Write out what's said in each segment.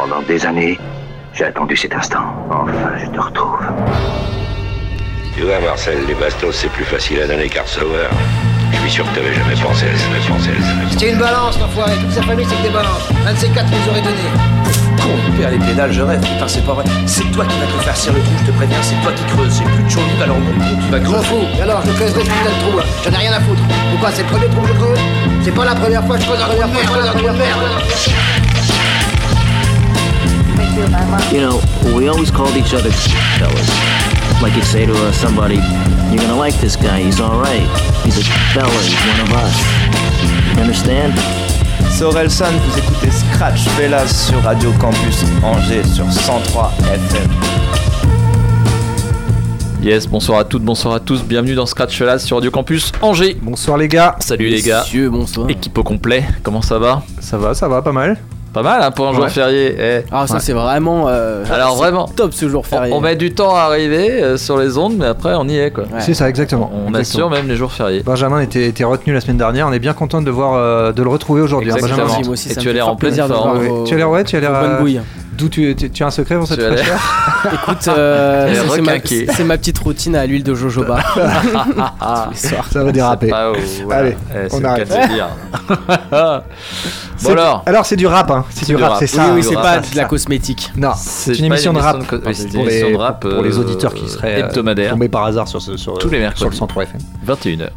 Pendant des années, j'ai attendu cet instant. Enfin, je te retrouve. Tu vois, Marcel, les bastos, c'est plus facile à donner qu'à recevoir. Je suis sûr que t'avais jamais pensé à ça. C'était une balance, l'enfoiré. Toute sa famille, c'est que des balances. Un de ces quatre nous aurait donné. Con, il perd les pédales, je rêve. Putain, c'est pas vrai. C'est toi qui vas te farcir le trou, je te préviens. C'est toi qui creuses. J'ai plus de chauve, alors mon trou, tu vas Je m'en creuser. fous. Et alors, je creuserai ce putain de trou, là. J'en ai rien à foutre. Pourquoi, c'est le premier trou que je creuse? C'est pas la première fois que je creuse un trou de merde. You know, we always called each other fellas. Like you'd say to somebody, you're gonna like this guy, he's alright. He's a fella, he's one of us. You understand? C'est Orelsan, vous écoutez Scratch Fellas sur Radio Campus Angers sur 103 FM. Yes, bonsoir à toutes, bonsoir à tous, bienvenue dans Scratch Fellas sur Radio Campus Angers. Bonsoir les gars. Salut les gars. Messieurs, bonsoir. Équipe au complet, comment ça va? Ça va, pas mal. Pas mal hein, pour un jour férié. Ah ça c'est vraiment alors c'est vraiment top ce jour férié. On met du temps à arriver sur les ondes, mais après on y est quoi. Ouais. C'est ça, exactement. On assure même les jours fériés. Benjamin était retenu la semaine dernière, on est bien content de le voir, de le retrouver aujourd'hui. Exactement. Benjamin. Moi aussi, Et ça tu me as fait l'air fort en pleine plaisir de forme. voir vos- Tu as l'air vos bonnes bouilles. D'où tu as un secret pour cette Tu as l'air- fraîcheur? Écoute, requinqué. c'est ma petite routine à l'huile de jojoba. Ah, Les soirs. Ça va déraper. Allez, on c'est arrête. le cas de se dire. Bon alors, c'est du rap, hein. C'est du rap, c'est ça. Oui, du c'est rap, pas c'est de la ça. cosmétique. Non, c'est une émission de rap. oui, c'est une Pour émission les, de rap pour les auditeurs qui seraient hebdomadaire. tombés par hasard sur Tous les mercredis. sur le 103 FM. 21h.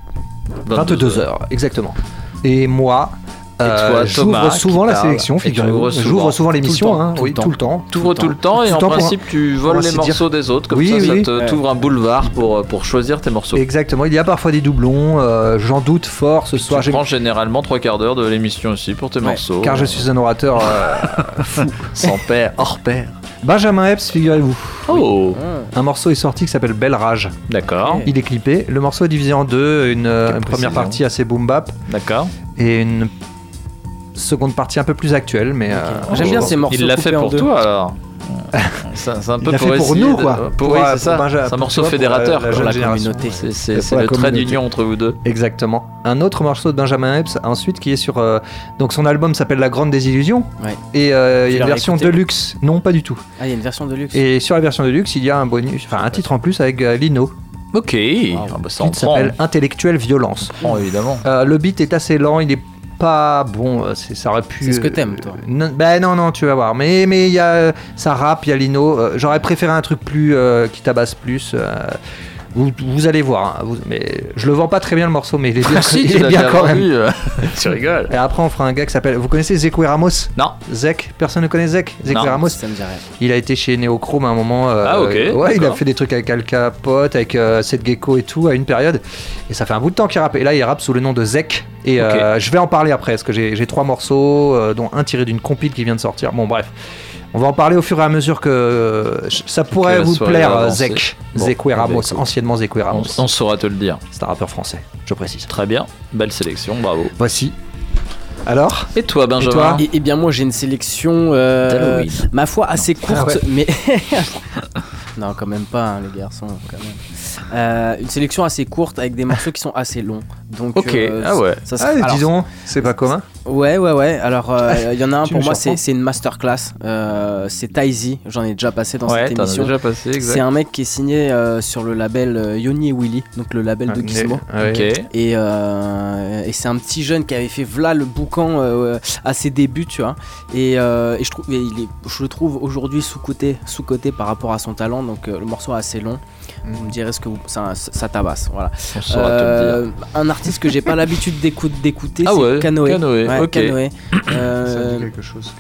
22h, exactement. Et moi, toi, j'ouvre Thomas, souvent qui la parle. sélection, Et tu figurez-vous. ouvres souvent. J'ouvre souvent l'émission, hein. Tout le Oui, temps. tout le temps. T'ouvres tout le temps et en Tout le temps pour- principe tu pour voles ainsi les morceaux des autres comme Oui, ça, oui. ça t'ouvre un boulevard pour choisir tes morceaux. Exactement, il y a parfois des doublons, j'en doute fort ce soir. Tu prends généralement 3/4 d'heure de l'émission aussi pour tes morceaux. Car je suis un orateur fou. sans père, hors pair. Benjamin Epps, figurez-vous. Oh, Un morceau est sorti qui s'appelle Belle Rage. d'accord, Il est clippé. Le morceau est divisé en deux, une première précision. partie assez boom bap d'accord. et une seconde partie un peu plus actuelle. Mais J'aime bien ces morceaux Il l'a fait coupés en pour deux. toi alors. C'est un peu Il l'a fait pour essayer nous, de- quoi. Pour, Oui, oui, pour c'est ça. Benja- C'est un pour morceau toi, pour fédérateur. la quoi. jeune la génération. communauté. C'est pour la le trait communauté. d'union entre vous deux. Exactement. Un autre morceau de Benjamin Epps, ensuite, qui est sur. Donc son album s'appelle La Grande Désillusion. Ouais. Et il y a une l'as version réécouté deluxe. Non, pas du tout. Ah, il y a une version de luxe. Et sur la version deluxe, il y a un bonus, enfin un titre en plus avec Lino. Ok. Ah, bah, ça Le en titre prend. s'appelle Intellectuelle Violence. Oh, évidemment. Le beat est assez lent, il est pas bon, ça aurait pu. C'est ce que t'aimes, toi. Non, tu vas voir. Mais il y a ça rappe, il y a Lino. J'aurais préféré un truc plus qui tabasse plus. Vous allez voir. Hein, mais je le vends pas très bien le morceau, mais il est bien, Si, il tu est l'as bien déjà quand même. vendu, tu rigoles. Et après, on fera un gars qui s'appelle. Vous connaissez Zekou et Ramos? Non. Zek, personne ne connaît Zek. Zekou Non. et Ramos. Ça me dit rien. Il a été chez Neochrome à un moment. Ah, ok, Ouais, il a d'accord. fait des trucs avec Al Capote, avec Seth Gecko et tout à une période. Et ça fait un bout de temps qu'il rappe. Et là, il rappe sous le nom de Zek. Et Ok. je vais en parler après, parce que j'ai 3 morceaux, dont un tiré d'une compile qui vient de sortir. Bon, bref. On va en parler au fur et à mesure que ça pourrait la vous soirée plaire, va avancer. Zek. Bon, Zekou et Ramos, Zekou. anciennement Zekou et Ramos. On saura te le dire. C'est un rappeur français, je précise. Très bien. Belle sélection, bravo. Voici. Alors Et toi, Benjamin? toi Et bien moi j'ai une sélection d'Halloween. ma foi assez courte Ah ouais. mais non quand même pas hein, les garçons quand même. Une sélection assez courte avec des morceaux qui sont assez longs donc Ok, ah ouais. ça Ah, alors, disons, c'est pas commun. ouais alors il y en a un Tu pour me moi surprends. c'est une masterclass c'est Taizy, j'en ai déjà passé dans Ouais, cette t'en as émission. déjà passé, exact. C'est un mec qui est signé sur le label Yoni et Willy, donc le label de Gizmo. Ouais. Ok. Et c'est un petit jeune qui avait fait v'là le boucan à ses débuts, tu vois. Et je le trouve aujourd'hui sous-coté par rapport à son talent. Donc le morceau est assez long. Vous me direz ce que ça tabasse. Voilà. On saura te le dire. Un artiste que j'ai pas l'habitude d'écouter, Ah c'est ouais, Canoë. Canoë, Ouais, ok. Canoë. Ça dit quelque chose.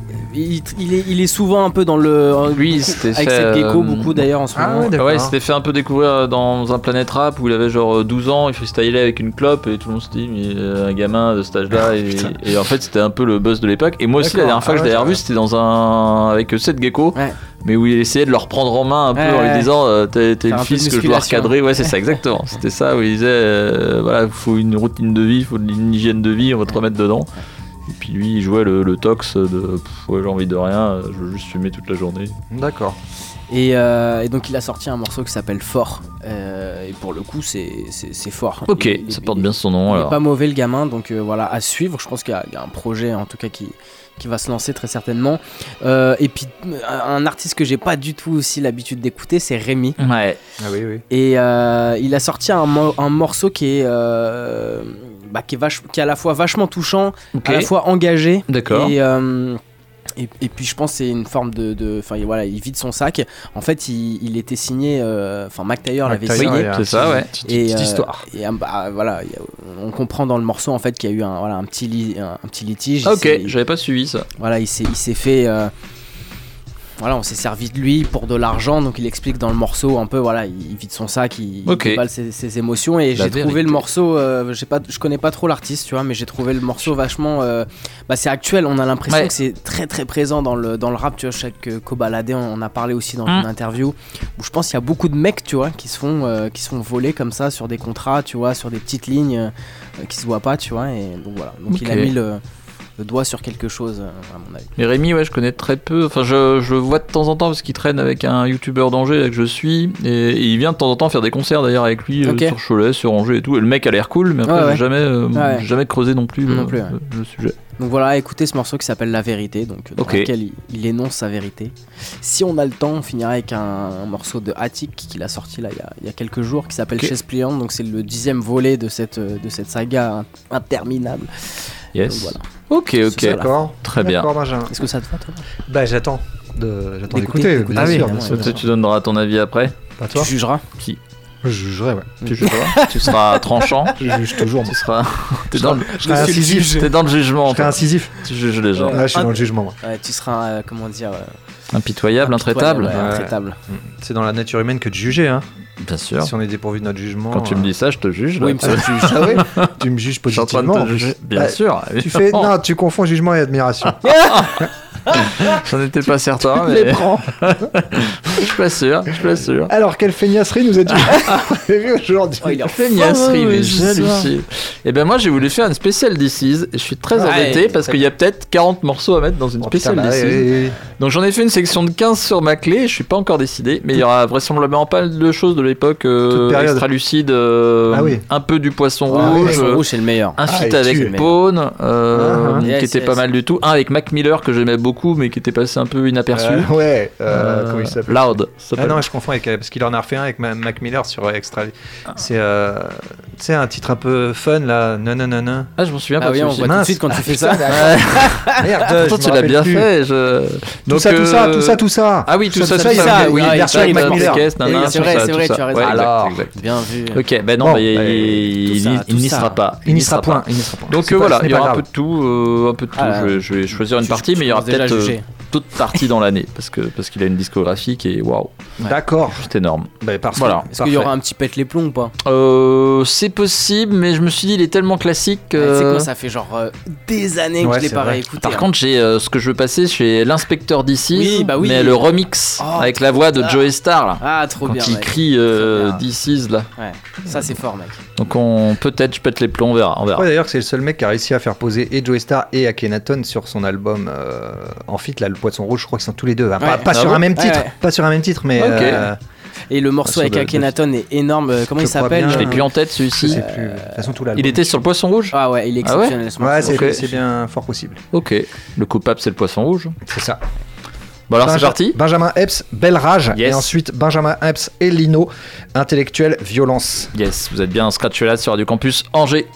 Il est souvent un peu dans le. Lui, c'était avec fait, cette gecko beaucoup d'ailleurs en ce Ah moment. ouais, d'accord. Ouais, il s'était fait un peu découvrir dans un Planet Rap où il avait genre 12 ans, il freestylait avec une clope et tout le monde se dit mais un gamin de cet âge-là et en fait c'était un peu le buzz de l'époque. Et moi aussi la D'accord. dernière fois que je l'avais revu c'était dans un avec Seth Gecko, Ouais. mais où il essayait de le reprendre en main un peu en lui Ouais. disant t'es Faire le un peu fils de que je dois musculation. recadrer. Ouais, c'est ça exactement. C'était ça où il disait voilà, il faut une routine de vie, il faut une hygiène de vie, on va te remettre dedans. Et puis lui il jouait le tox de ouais, j'ai envie de rien, je veux juste fumer toute la journée. D'accord. Et donc il a sorti un morceau qui s'appelle Fort. et pour le coup, c'est fort. Ok, ça porte bien son nom. Il Alors. est pas mauvais le gamin, donc voilà, à suivre. Je pense qu'il y a un projet en tout cas qui va se lancer très certainement. Et puis un artiste que j'ai pas du tout aussi l'habitude d'écouter, c'est Rémi. Ouais. Ah oui, oui. Et il a sorti un morceau qui est qui est à la fois vachement touchant, à la fois engagé. D'accord. Et puis je pense que c'est une forme de enfin voilà, il vide son sac. En fait, il était signé, Mac Taylor l'avait signé. C'est ça, ouais. Petite histoire. Et voilà, on comprend dans le morceau en fait qu'il y a eu un petit litige. Ok, j'avais pas suivi ça. Voilà, il s'est fait. Voilà, on s'est servi de lui pour de l'argent, donc il explique dans le morceau un peu, voilà, il vide son sac, il déballe ses émotions, et j'ai trouvé le morceau, je connais pas trop l'artiste, tu vois, mais j'ai trouvé le morceau vachement, c'est actuel, on a l'impression que c'est très très présent dans le rap, tu vois, chaque Cobaladé, on en a parlé aussi dans une interview, où je pense qu'il y a beaucoup de mecs, tu vois, qui se font voler comme ça sur des contrats, tu vois, sur des petites lignes qui se voient pas, tu vois, et donc voilà, donc il a mis le doigt sur quelque chose, à mon avis. Mais Rémi, je connais très peu. Enfin, je le vois de temps en temps parce qu'il traîne avec un youtubeur d'Angers que je suis. Et il vient de temps en temps faire des concerts d'ailleurs avec lui sur Cholet, sur Angers et tout. Et le mec a l'air cool, mais après, j'ai jamais creusé non plus le sujet. Donc voilà, écoutez ce morceau qui s'appelle La Vérité, donc dans lequel il énonce sa vérité. Si on a le temps, on finira avec un morceau de Attic qu'il a sorti là il y a quelques jours, qui s'appelle Chaise Pliante. Donc c'est le 10e volet de cette saga interminable. Yes. Donc voilà. Ok, d'accord. Très bien. Est-ce que ça te va, toi ? Bah j'attends d'écouter. Ah oui, tu donneras ton avis après. Pas toi. Tu jugeras. Si. Je jugerai, ouais. Tu jugeras. Tu seras tranchant. Je juge toujours. Tu seras. T'es dans le jugement. Je serai incisif. Tu juges les gens. Ouais, je suis dans le jugement, moi. Ouais, tu seras, impitoyable, intraitable. Intraitable. C'est dans la nature humaine que de juger, hein. Bien sûr. Si on est dépourvu de notre jugement. Quand tu me dis ça, je te juge. Oui, mais ça, tu juges. Ah ouais. Tu me juges positivement. Bien sûr. Non, tu confonds jugement et admiration. J'en étais pas certain, mais. Les prends. Je suis pas sûr. Alors, quelle feignasserie nous as-tu vu aujourd'hui? Feignacerie, mais jalousie. Et ben moi, j'ai voulu faire une spéciale DC's et je suis très embêté parce qu'il y a peut-être 40 morceaux à mettre dans une spéciale DC's. Donc j'en ai fait une section de 15 sur ma clé et je suis pas encore décidé, mais il y aura vraisemblablement pas mal de choses de l'époque extra lucide, un peu du Poisson Rouge. Poisson Rouge, c'est le meilleur. Un feat avec Pone, qui était pas mal du tout. Un avec Mac Miller que j'aimais beaucoup, mais qui était passé un peu inaperçu. Comment il s'appelle? Loud. Non, je confonds parce qu'il en a refait un avec Mac Miller sur Extra. C'est un titre un peu fun là. Non. Ah, je m'en souviens pas. Oui, on voit tout de suite quand tu fais ça. Merde. Pourtant, tu l'as bien fait. Tout ça. Ah oui, tout ça. Oui, version avec Mac Miller. C'est vrai, tu as raison. Alors, bien vu. Ok, ben non, il n'y sera pas. Il n'y sera point. Donc voilà, il y aura un peu de tout. Je vais choisir une partie, mais il y aura peut-être d'autres parties dans l'année parce qu'il a une discographie qui est waouh. D'accord. C'est énorme. Voilà. Est-ce qu'il y aura un petit pète les plombs ou pas? C'est possible, mais je me suis dit il est tellement classique. C'est quoi, ça fait genre des années que je l'ai pas réécouté. Par contre, j'ai ce que je veux passer chez l'inspecteur DC's, oui. mais le remix avec la voix de Joey Starr là. Ah, trop bien. Quand il crie DC's là. Ouais, ça c'est fort, mec. Donc peut-être je pète les plombs, on verra. Ouais, d'ailleurs, c'est le seul mec qui a réussi à faire poser et Joey Starr et Akhenaton sur son album en feat là, le Poisson Rouge. Je crois qu'ils sont tous les deux. Hein. Pas sur un même titre. Pas sur un même titre, mais. Et le morceau avec Akhenaton est énorme. Comment il s'appelle? Je l'ai plus en tête celui-ci. Je sais plus. De toute façon, tout l'album. Il était sur le Poisson Rouge? Ah ouais, il est exceptionnel. Ouais, c'est bien fort possible. Ok. Le coupable, c'est le Poisson Rouge. C'est ça. Bon alors c'est parti. Benjamin Epps, Belle Rage. Et ensuite Benjamin Epps et Lino, Intellectuel Violence. Yes, vous êtes bien scratché là sur Radio Campus Angers.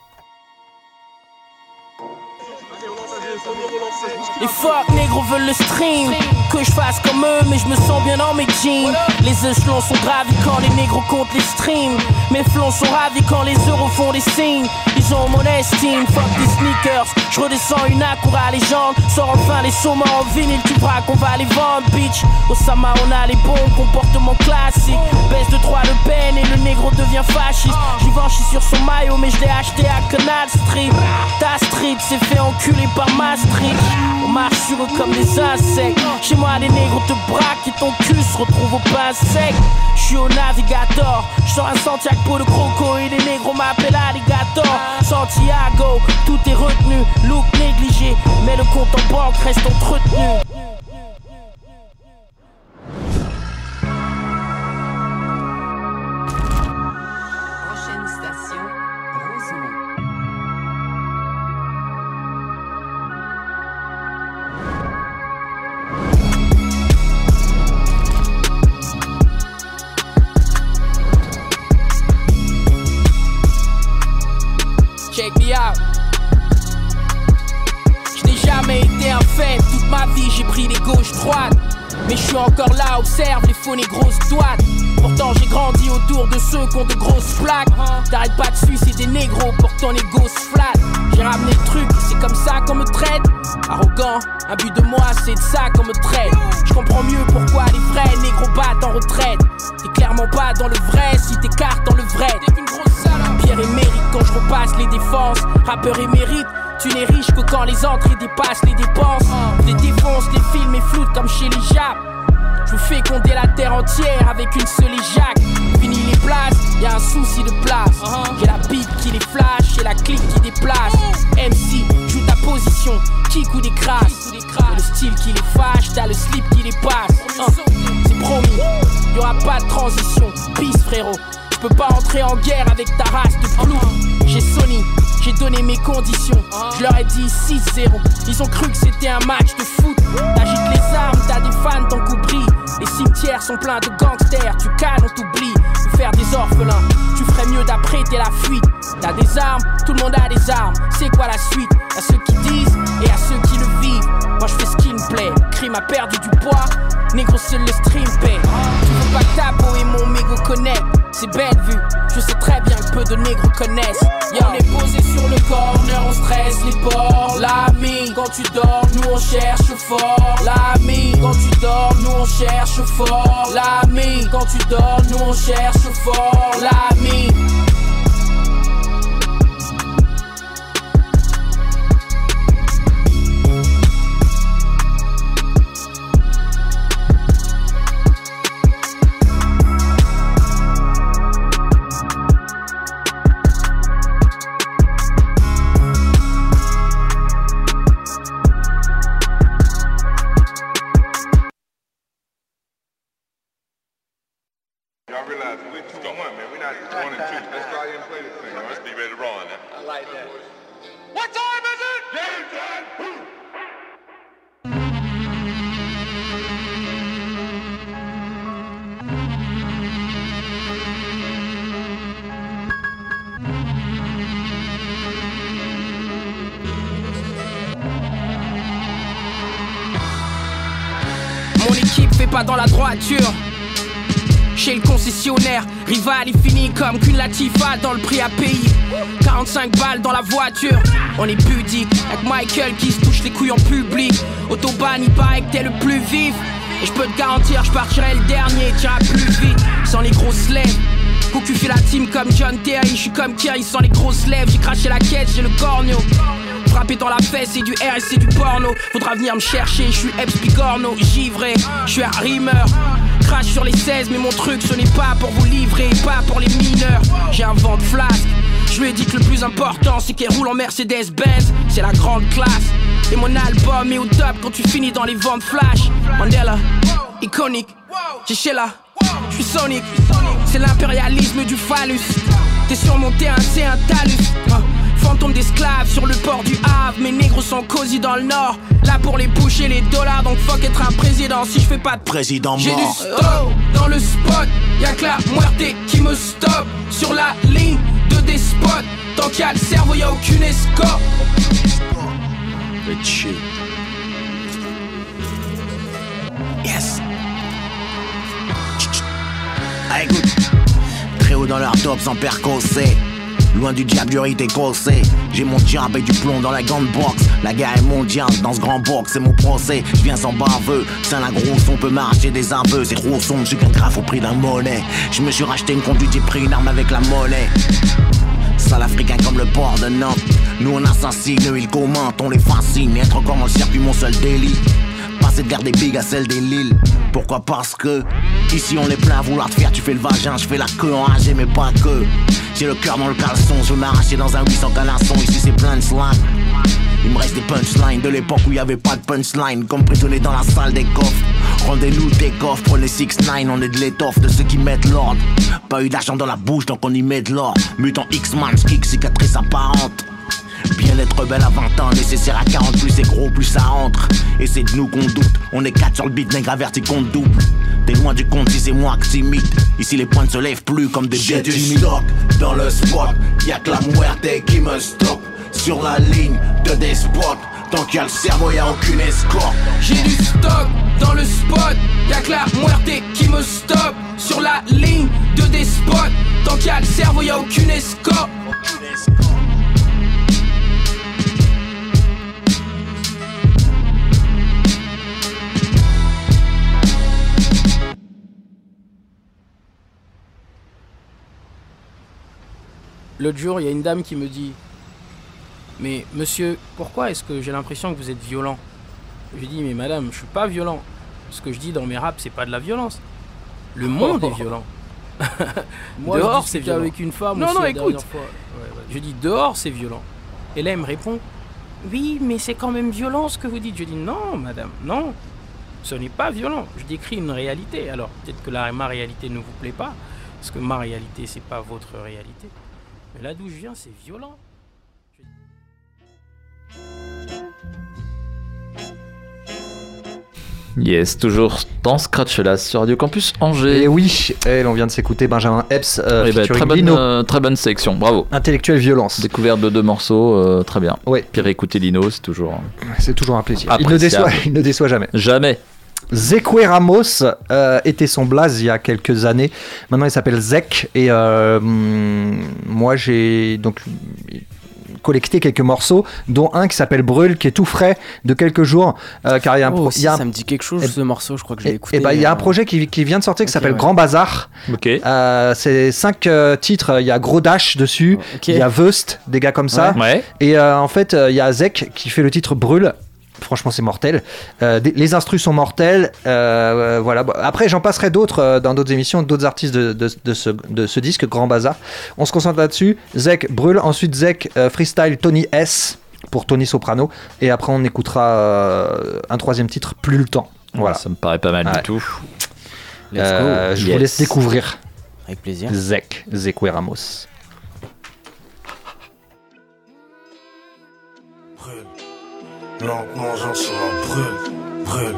Les fuck négros veulent le stream, que je fasse comme eux mais je me sens bien dans mes jeans. Les échelons sont gravis quand les négros comptent les streams. Mes flancs sont ravis quand les euros font des signes. Ils ont mon estime, fuck des sneakers. Je redescends une Acura légende. Sors enfin les saumons en vinyle, tu verras qu'on va les vendre bitch. Osama on a les bons comportements classiques. Baisse de 3 Le Pen et le négro devient fasciste. Givenchy sur son maillot mais je l'ai acheté à Canal Street. Ta street s'est fait enculer par Maastricht. On marche sur eux comme des insectes. Chez moi les négros te braquent et ton cul se retrouve au pain sec. J'suis au navigateur, j'sors un Santiago pour le croco et les négros m'appellent alligator. Santiago, tout est retenu, look négligé, mais le compte en banque reste entretenu. incroyable. Je n'ai jamais été un faible, toute ma vie j'ai pris les gauches-droites. Mais je suis encore là, observe les faux négros droites. Pourtant j'ai grandi autour de ceux qui ont de grosses plaques. T'arrêtes pas de sucer des négros pour ton ego se flatte. J'ai ramené le truc, c'est comme ça qu'on me traite. Arrogant, un but de moi, c'est de ça qu'on me traite. Je comprends mieux pourquoi les vrais négros battent en retraite. T'es clairement pas dans le vrai si t'écartes dans le vrai. T'es qu'une grosse salope. Pierre émérite quand je repasse les défenses. Rappeur émérite, tu n'es riche que quand les entrées dépassent les dépenses. Je les défonce, les films et floutes comme chez les Japs. Je vous fais compter la terre entière avec une seule éjac. Fini les places, y'a un souci de place. J'ai la bite qui les flash et la clique qui déplace. MC, joue ta position, kick ou des crasses. T'as le style qui les fâche, t'as le slip qui les passe. C'est promis, y'aura pas de transition. Peace frérot, je peux pas entrer en guerre avec ta race de flou. J'ai Sony, j'ai donné mes conditions. Je leur ai dit 6-0. Ils ont cru que c'était un match de foot. T'agites les armes, t'as des fans, ton coup brille. Les cimetières sont pleins de gangsters. Tu cales, on t'oublie. Nous faire des orphelins, tu ferais mieux d'apprêter la fuite. T'as des armes, tout le monde a des armes. C'est quoi la suite? À ceux qui disent et à ceux qui le vivent. Moi je fais ce qui me plaît. Le crime a perdu du poids. Négro seul le stream paie. Tu veux pas que ta peau et mon mégo connectent. C'est belle vue, je sais très bien que peu de négros connaissent. On est posé sur le corner, on stresse les porcs. L'ami, quand tu dors, nous on cherche fort. L'ami, quand tu dors, nous on cherche fort. L'ami, quand tu dors, nous on cherche fort. L'ami. Pas dans la droiture. Chez le concessionnaire, rival il finit comme qu'une Latifa dans le prix à payer. 45 balles dans la voiture, on est pudique. Avec Michael qui se touche les couilles en public. Autobahn il paraît que t'es le plus vif. Et je peux te garantir, je partirai le dernier, t'iras plus vite. Sans les grosses lèvres, Cocu fait la team comme John Terry. Je suis comme Kerry sans les grosses lèvres. J'ai craché la quête, j'ai le cornio. Frappé dans la fesse, c'est du R et c'est du porno. Faudra venir me chercher, je suis Eps Bigorno. Givré, je suis un rimeur. Crash sur les 16, mais mon truc ce n'est pas pour vous livrer, pas pour les mineurs. J'ai un vent de flasque. Je lui ai dit que le plus important c'est qu'elle roule en Mercedes-Benz. C'est la grande classe. Et mon album est au top quand tu finis dans les ventes flash. Mandela, iconique. J'ai Sheila, je suis Sonic. C'est l'impérialisme du phallus. T'es sur mon terrain, c'est un talus. Fantôme d'esclaves sur le port du Havre. Mes négros sont cosy dans le nord. Là pour les boucher les dollars. Donc fuck être un président si je fais pas de président mort. J'ai du stop dans le spot. Y'a que la muerte qui me stoppe. Sur la ligne de des spots. Tant qu'il y a le cerveau y'a aucune escorte. Yes. Ah, écoute. Très haut dans leur top sans percosser. Loin du diable, du rite écossais. J'ai mon diable et du plomb dans la grande box. La guerre est mondiale dans ce grand box, c'est mon procès. Je viens sans baveux, c'est la grosse, on peut m'arracher des aveux. C'est trop sombre, je suis qu'un graphe au prix d'un mollet. Je me suis racheté une conduite, j'ai pris une arme avec la monnaie. Sale africain comme le port de Nantes. Nous on assassine, eux ils commentent, on les fascine. Être encore dans le circuit, mon seul délit. Passer de l'air des bigs à celle des Lilles. Pourquoi? Parce que ici on est plein à vouloir te faire, tu fais le vagin, je fais la queue enragée mais pas que. J'ai le cœur dans le caleçon, je veux m'arracher dans un 800 canasson. Ici c'est plein de slang. Il me reste des punchlines de l'époque où il y avait pas de punchline. Comme prisonnier dans la salle des coffres. Rendez-nous des coffres, prenez 6ix9ine, on est de l'étoffe de ceux qui mettent l'ordre. Pas eu d'argent dans la bouche donc on y met de l'or. Mutant X-Man, kick, cicatrice apparente. Bien être belle à 20 ans, nécessaire à 40, plus c'est gros, plus ça entre. Et c'est de nous qu'on doute, on est 4 sur le beat, nègre averti compte double. T'es loin du compte si c'est moi que t'imites. Ici les points ne se lèvent plus comme des j'ai du stock dans le spot, y'a que la muerte qui me stoppe. sur la ligne de des spots. Tant qu'il y a le cerveau, y'a aucune escorte. J'ai du stock dans le spot, y'a que la muerte qui me stoppe. Sur la ligne de des spots, tant qu'il y a le cerveau, y'a aucune escorte. L'autre jour, il y a une dame qui me dit: mais monsieur, pourquoi est-ce que j'ai l'impression que vous êtes violent? Je lui dis: mais madame, je suis pas violent. Ce que je dis dans mes raps, c'est pas de la violence. Le monde est violent. Moi, dehors, c'est violent. Avec une femme. Non, écoute. Je dis: dehors, c'est violent. Et là, elle me répond: oui, mais c'est quand même violent ce que vous dites. Je dis: non, madame, non. Ce n'est pas violent. Je décris une réalité. Alors, peut-être que ma réalité ne vous plaît pas, parce que ma réalité, c'est pas votre réalité. Mais là d'où je viens, c'est violent. Yes, toujours dans Scratch là sur Radio Campus Angers. Et oui, on vient de s'écouter Benjamin Epps très bonne sélection, bravo. Intellectuelle violence. Découverte de 2 morceaux, très bien. Ouais. Puis réécouter Lino, c'est toujours un plaisir. Il ne déçoit jamais. Jamais. Zekwe Ramos était son blaze il y a quelques années. Maintenant il s'appelle Zek et moi j'ai donc collecté quelques morceaux, dont un qui s'appelle Brûle, qui est tout frais de quelques jours. Car il y a ça me dit quelque chose ce morceau, je crois que je l'ai écouté. Il y a un projet qui vient de sortir qui s'appelle Grand Bazar. Okay. C'est 5 titres. Il y a Gros Dash dessus, il y a Veust, des gars comme ça. Ouais. Et en fait, il y a Zek qui fait le titre Brûle. Franchement, c'est mortel. Les instrus sont mortels. Voilà. Après, j'en passerai d'autres dans d'autres émissions, d'autres artistes de ce disque, Grand Bazar. On se concentre là-dessus. Zek Brûle. Ensuite, Zek freestyle Tony S pour Tony Soprano. Et après, on écoutera un 3e titre, Plus le temps. Voilà. Ça me paraît pas mal du tout. Let's go. Je vous laisse découvrir. Avec plaisir. Zekwe Ramos. Lentement, gentiment, brûle.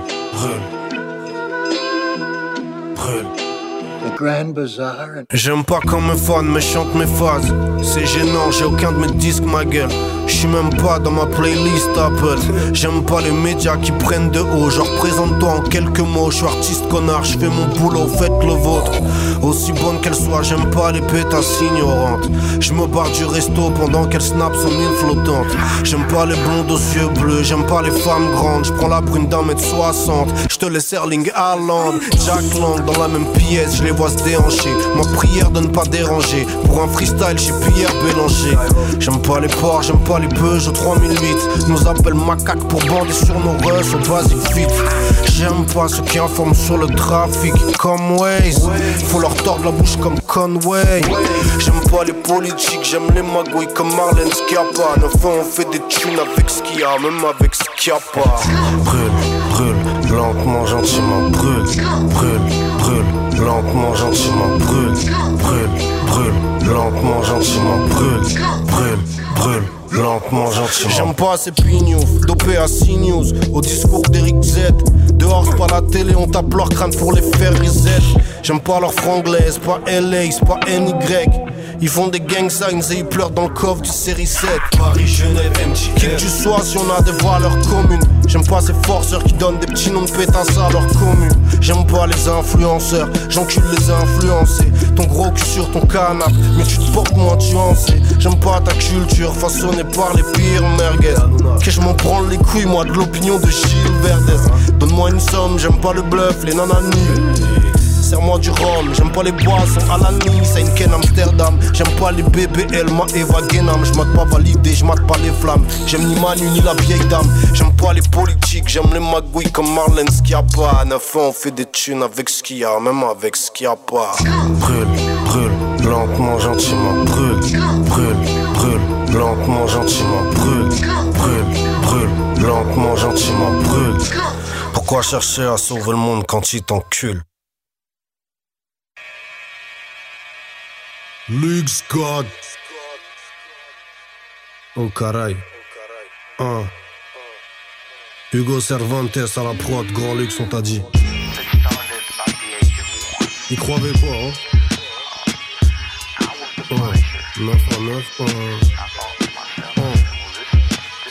The Grand Bazar. J'aime pas quand mes fans me chantent mes phases. C'est gênant, j'ai aucun de mes disques, ma gueule. J'suis même pas dans ma playlist Apple. J'aime pas les médias qui prennent de haut. Genre présente-toi en quelques mots. J'suis artiste connard, j'fais mon boulot, faites le vôtre. Aussi bonne qu'elle soit, j'aime pas les pétasses ignorantes. J'me barre du resto pendant qu'elle snap son île flottante. J'aime pas les blondes aux yeux bleus, j'aime pas les femmes grandes. J'prends la brune d'1m60. J'te laisse Erling Haaland, Jack Lang dans la même pièce, j'les vois se déhancher. Ma prière de ne pas déranger. Pour un freestyle chez Pierre Bélanger. J'aime pas les porcs, j'aime pas les Peugeot 3008. Nous appellent macaques pour bander sur nos russes au basic fit. J'aime pas ceux qui informent sur le trafic comme Waze. Faut leur tordre la bouche comme Conway. J'aime pas les politiques, j'aime les magouilles comme Marlène Schiappa. Neuf ans on fait des thunes avec ce qu'il y a, même avec ce qu'il y a pas. Brûle, lentement, gentiment, brûle, lentement, gentiment, brûle, lentement, gentiment, brûle, lentement, gentiment. J'aime pas ces pignouf, dopé à CNews, au discours d'Eric Z. Dehors c'est pas la télé, on tape leur crâne pour les faire reset. J'aime pas leur franglais, c'est pas LA, c'est pas NY. Ils font des gang signs et ils pleurent dans le coffre du série 7. Paris, Genève, MTL. Qui que tu sois si on a des valeurs communes. J'aime pas ces forceurs qui donnent des petits noms de pétasses à leur commune. J'aime pas les influenceurs, j'encule les influencés. Ton gros cul sur ton canapé, mais tu te portes moins nuancé. J'aime pas ta culture façonnée par les pires merguez. Que je m'en prends les couilles moi de l'opinion de Gilles Verdez. Donne-moi une somme, j'aime pas le bluff, les nananis. Serre-moi du rhum, j'aime pas les boissons à la Nice, Heineken Amsterdam. J'aime pas les BBL, ma Eva Guénam. J'mate pas validé, j'mate pas les flammes. J'aime ni Manu ni la vieille dame. J'aime pas les politiques, j'aime les magouilles comme Marlène Schiappa. À 9 ans on fait des thunes avec ce qu'il y a, même avec ce qu'il y a pas. Brûle, lentement, gentiment, brûle, lentement, gentiment, brûle, lentement, gentiment, brûle. Pourquoi chercher à sauver le monde quand il t'encule? Luke Scott. Oh caray. Hugo Cervantes à la prod, Grand Luxe on t'a dit. Il croyait pas hein. 9 à 9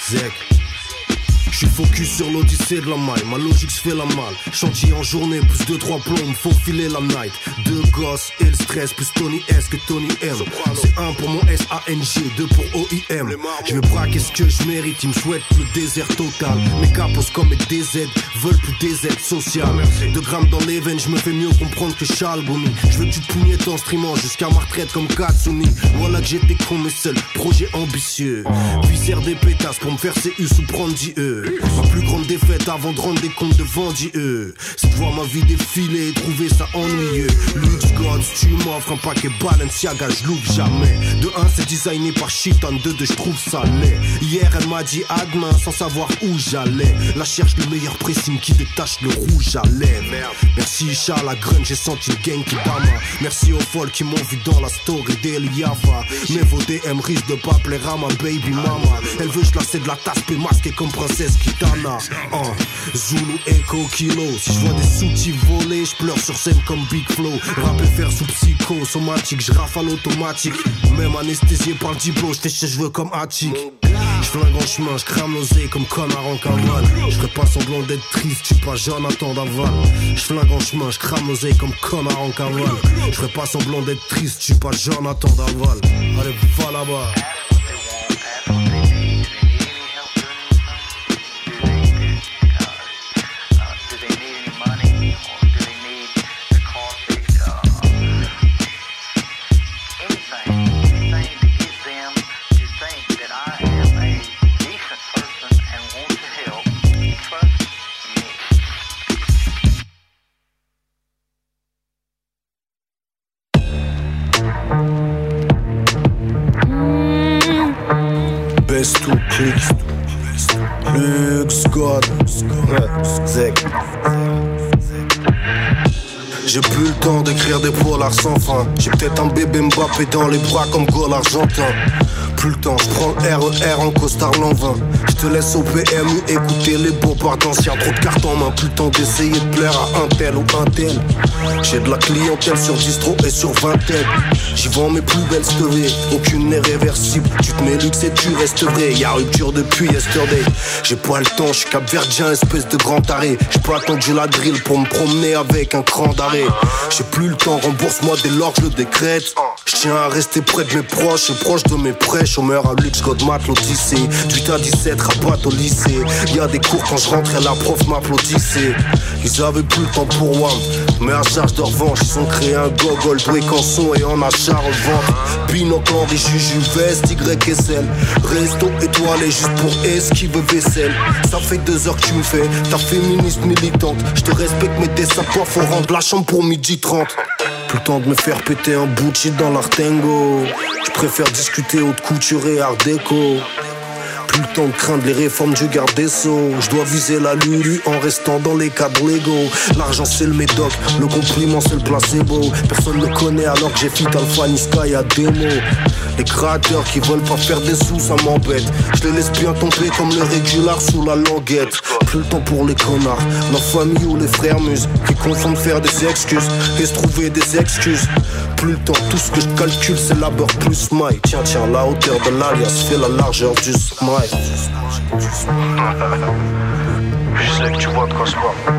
Zek. Je suis focus sur l'odyssée de la maille, ma logique se fait la malle. Chantier en journée, plus 2-3 plombes, faut filer la night. 2 gosses et le stress, plus Tony S que Tony M. C'est 1 pour mon SANG, 2 pour OIM. Je vais braquer ce que je mérite, ils me souhaitent le désert total. Mes capos comme mes DZ veulent plus DZ social. 2 grammes dans les veines, je me fais mieux comprendre que Charles Boumi. Je veux que tu te pougnettes en streamant jusqu'à ma retraite comme Katsuni. Voilà que j'étais con mais seul, projet ambitieux. Puis serre des pétasses pour me faire CU sous prendre d'IE. Ma plus grande défaite avant de rendre des comptes devant Dieu, c'est de voir ma vie défiler et trouver ça ennuyeux. Lux God, si tu m'offres un paquet Balenciaga, je loupe jamais. De 1 c'est designé par Chitan, de 2 je trouve ça laid. Hier elle m'a dit à demain sans savoir où j'allais. La cherche le meilleur pressing qui détache le rouge à lèvres. Merci Charles la grunge, j'ai senti le gang qui dama. Merci aux folles qui m'ont vu dans la story d'Eliava. Mais vos DM risquent de pas plaire à ma baby mama. Elle veut je la sais de la tasse puis masquée comme princesse Kitana. Zulu Echo Kilo. Si je vois des sous-types voler, je pleure sur scène comme Big Flo. Rap et faire sous psycho, somatique, je rafale automatique. Même anesthésié par le diplôme, je fais ses cheveux comme Attic. Je flingue en chemin, je crame l'oseille comme connard en cavale. Je ferai pas semblant d'être triste, je suis pas Jonathan Daval. Je flingue en chemin, je crame l'oseille comme connard en cavale. Je ferai pas semblant d'être triste, je suis pas Jonathan Daval. Allez, va là-bas. Best to click. Lux God. Zek. J'ai plus le temps d'écrire des polars sans fin. J'ai peut-être un bébé Mbappé dans les bras comme goal argentin. Plus le temps, je prends le RER en costard l'an 20. Je te laisse au PMU écouter les beaux parts d'anciens. Trop de cartes en main, plus le temps d'essayer de plaire à un tel ou un tel. J'ai de la clientèle sur distro et sur vingtaine. J'y vends mes plus belles stories, aucune n'est réversible. Tu te mets luxe et tu restes vrai, y'a rupture depuis yesterday. J'ai pas le temps, j'suis capverdien, espèce de grand taré. J'ai pas attendu la drill pour me promener avec un cran d'arrêt. J'ai plus le temps, rembourse-moi dès lors que je le décrète. J'tiens à rester près de mes proches et proche de mes prêts. Chômeur à luxe, God mat l'Odyssée. 8 à 17, rabat au lycée. Y'a des cours quand je rentrais, la prof m'applaudissait. Ils avaient plus le temps pour WAM, mais à charge de revanche, ils ont créé un gogol, doué canson et en achat revente. Binocle, Henri, Juju, veste, YSL. Resto étoilé juste pour esquiver vaisselle. Ça fait 2 heures que tu me fais ta féministe militante. Je te respecte mais t'es ça toi, faut rendre la chambre pour 12h30. Plus le temps de me faire péter un bout de shit dans l'Artengo. Je préfère discuter haute couture et art déco. Plus le temps de craindre les réformes du garde des Sceaux. Je dois viser la lulu en restant dans les cadres légaux. L'argent c'est le médoc, le compliment c'est le placebo. Personne ne connaît alors que j'ai fit Alpha Niska et à démo. Les créateurs qui veulent pas faire des sous ça m'embête. Je les laisse bien tomber comme le régular sous la languette. Plus le temps pour les connards, la famille ou les frères muses qui confondent faire des excuses et se trouver des excuses. Plus le temps, tout ce que je calcule c'est labeur plus smile. Tiens, la hauteur de l'alias fait la largeur du smile. Je sais que tu vois de quoi je parle.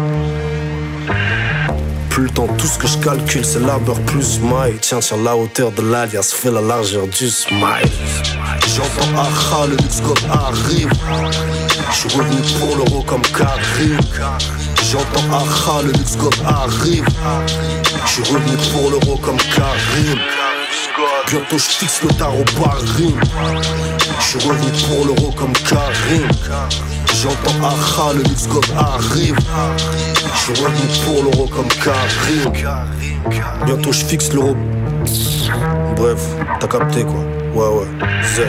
Plus le temps, tout ce que je calcule c'est labeur plus smile. Tiens, la hauteur de l'alias fait la largeur du smile. J'entends aha, le luxe God arrive. J'suis revenu pour l'euro comme Karim. J'entends aha, le luxe God arrive. J'suis revenu pour l'euro comme Karim. Bientôt j'fixe le tarot par rime. J'suis revenu pour l'euro comme Karim. J'entends aha, le luxe God arrive. J'suis revenu pour l'euro comme Karim. Bientôt j'fixe l'euro. Bref, t'as capté quoi. Ouais, Z.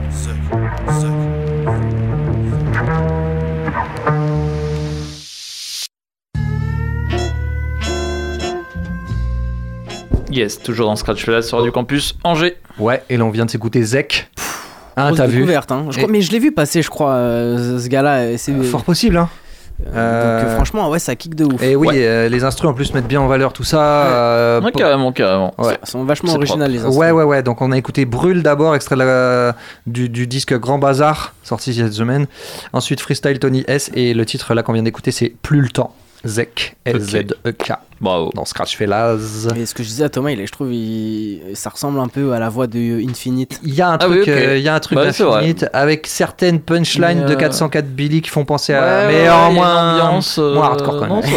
Yes, toujours dans Scratch Fella sur Radio Campus Angers. Ouais, et là on vient de s'écouter Zek. Hein, grosse t'as découverte, vu hein. Mais je l'ai vu passer, je crois, ce gars-là. C'est fort possible, hein. Donc franchement, ouais, ça kick de ouf. Et oui, les instrus en plus mettent bien en valeur tout ça. Ouais, carrément. Ouais. Ils sont vachement originales les instrus. Ouais. Donc on a écouté Brûle d'abord, extrait du disque Grand Bazar, sorti cette semaine. Ensuite Freestyle Tony S, et le titre là qu'on vient d'écouter, c'est Plus le temps. Zek, L-Z-E-K. Bravo. Dans Scratch Fellas. Et ce que je disais à Thomas, je trouve ça ressemble un peu à la voix de Infinite. Il y a un truc, d'Infinite avec certaines punchlines de 404 Billy qui font penser à. Mais en moins hardcore quand même.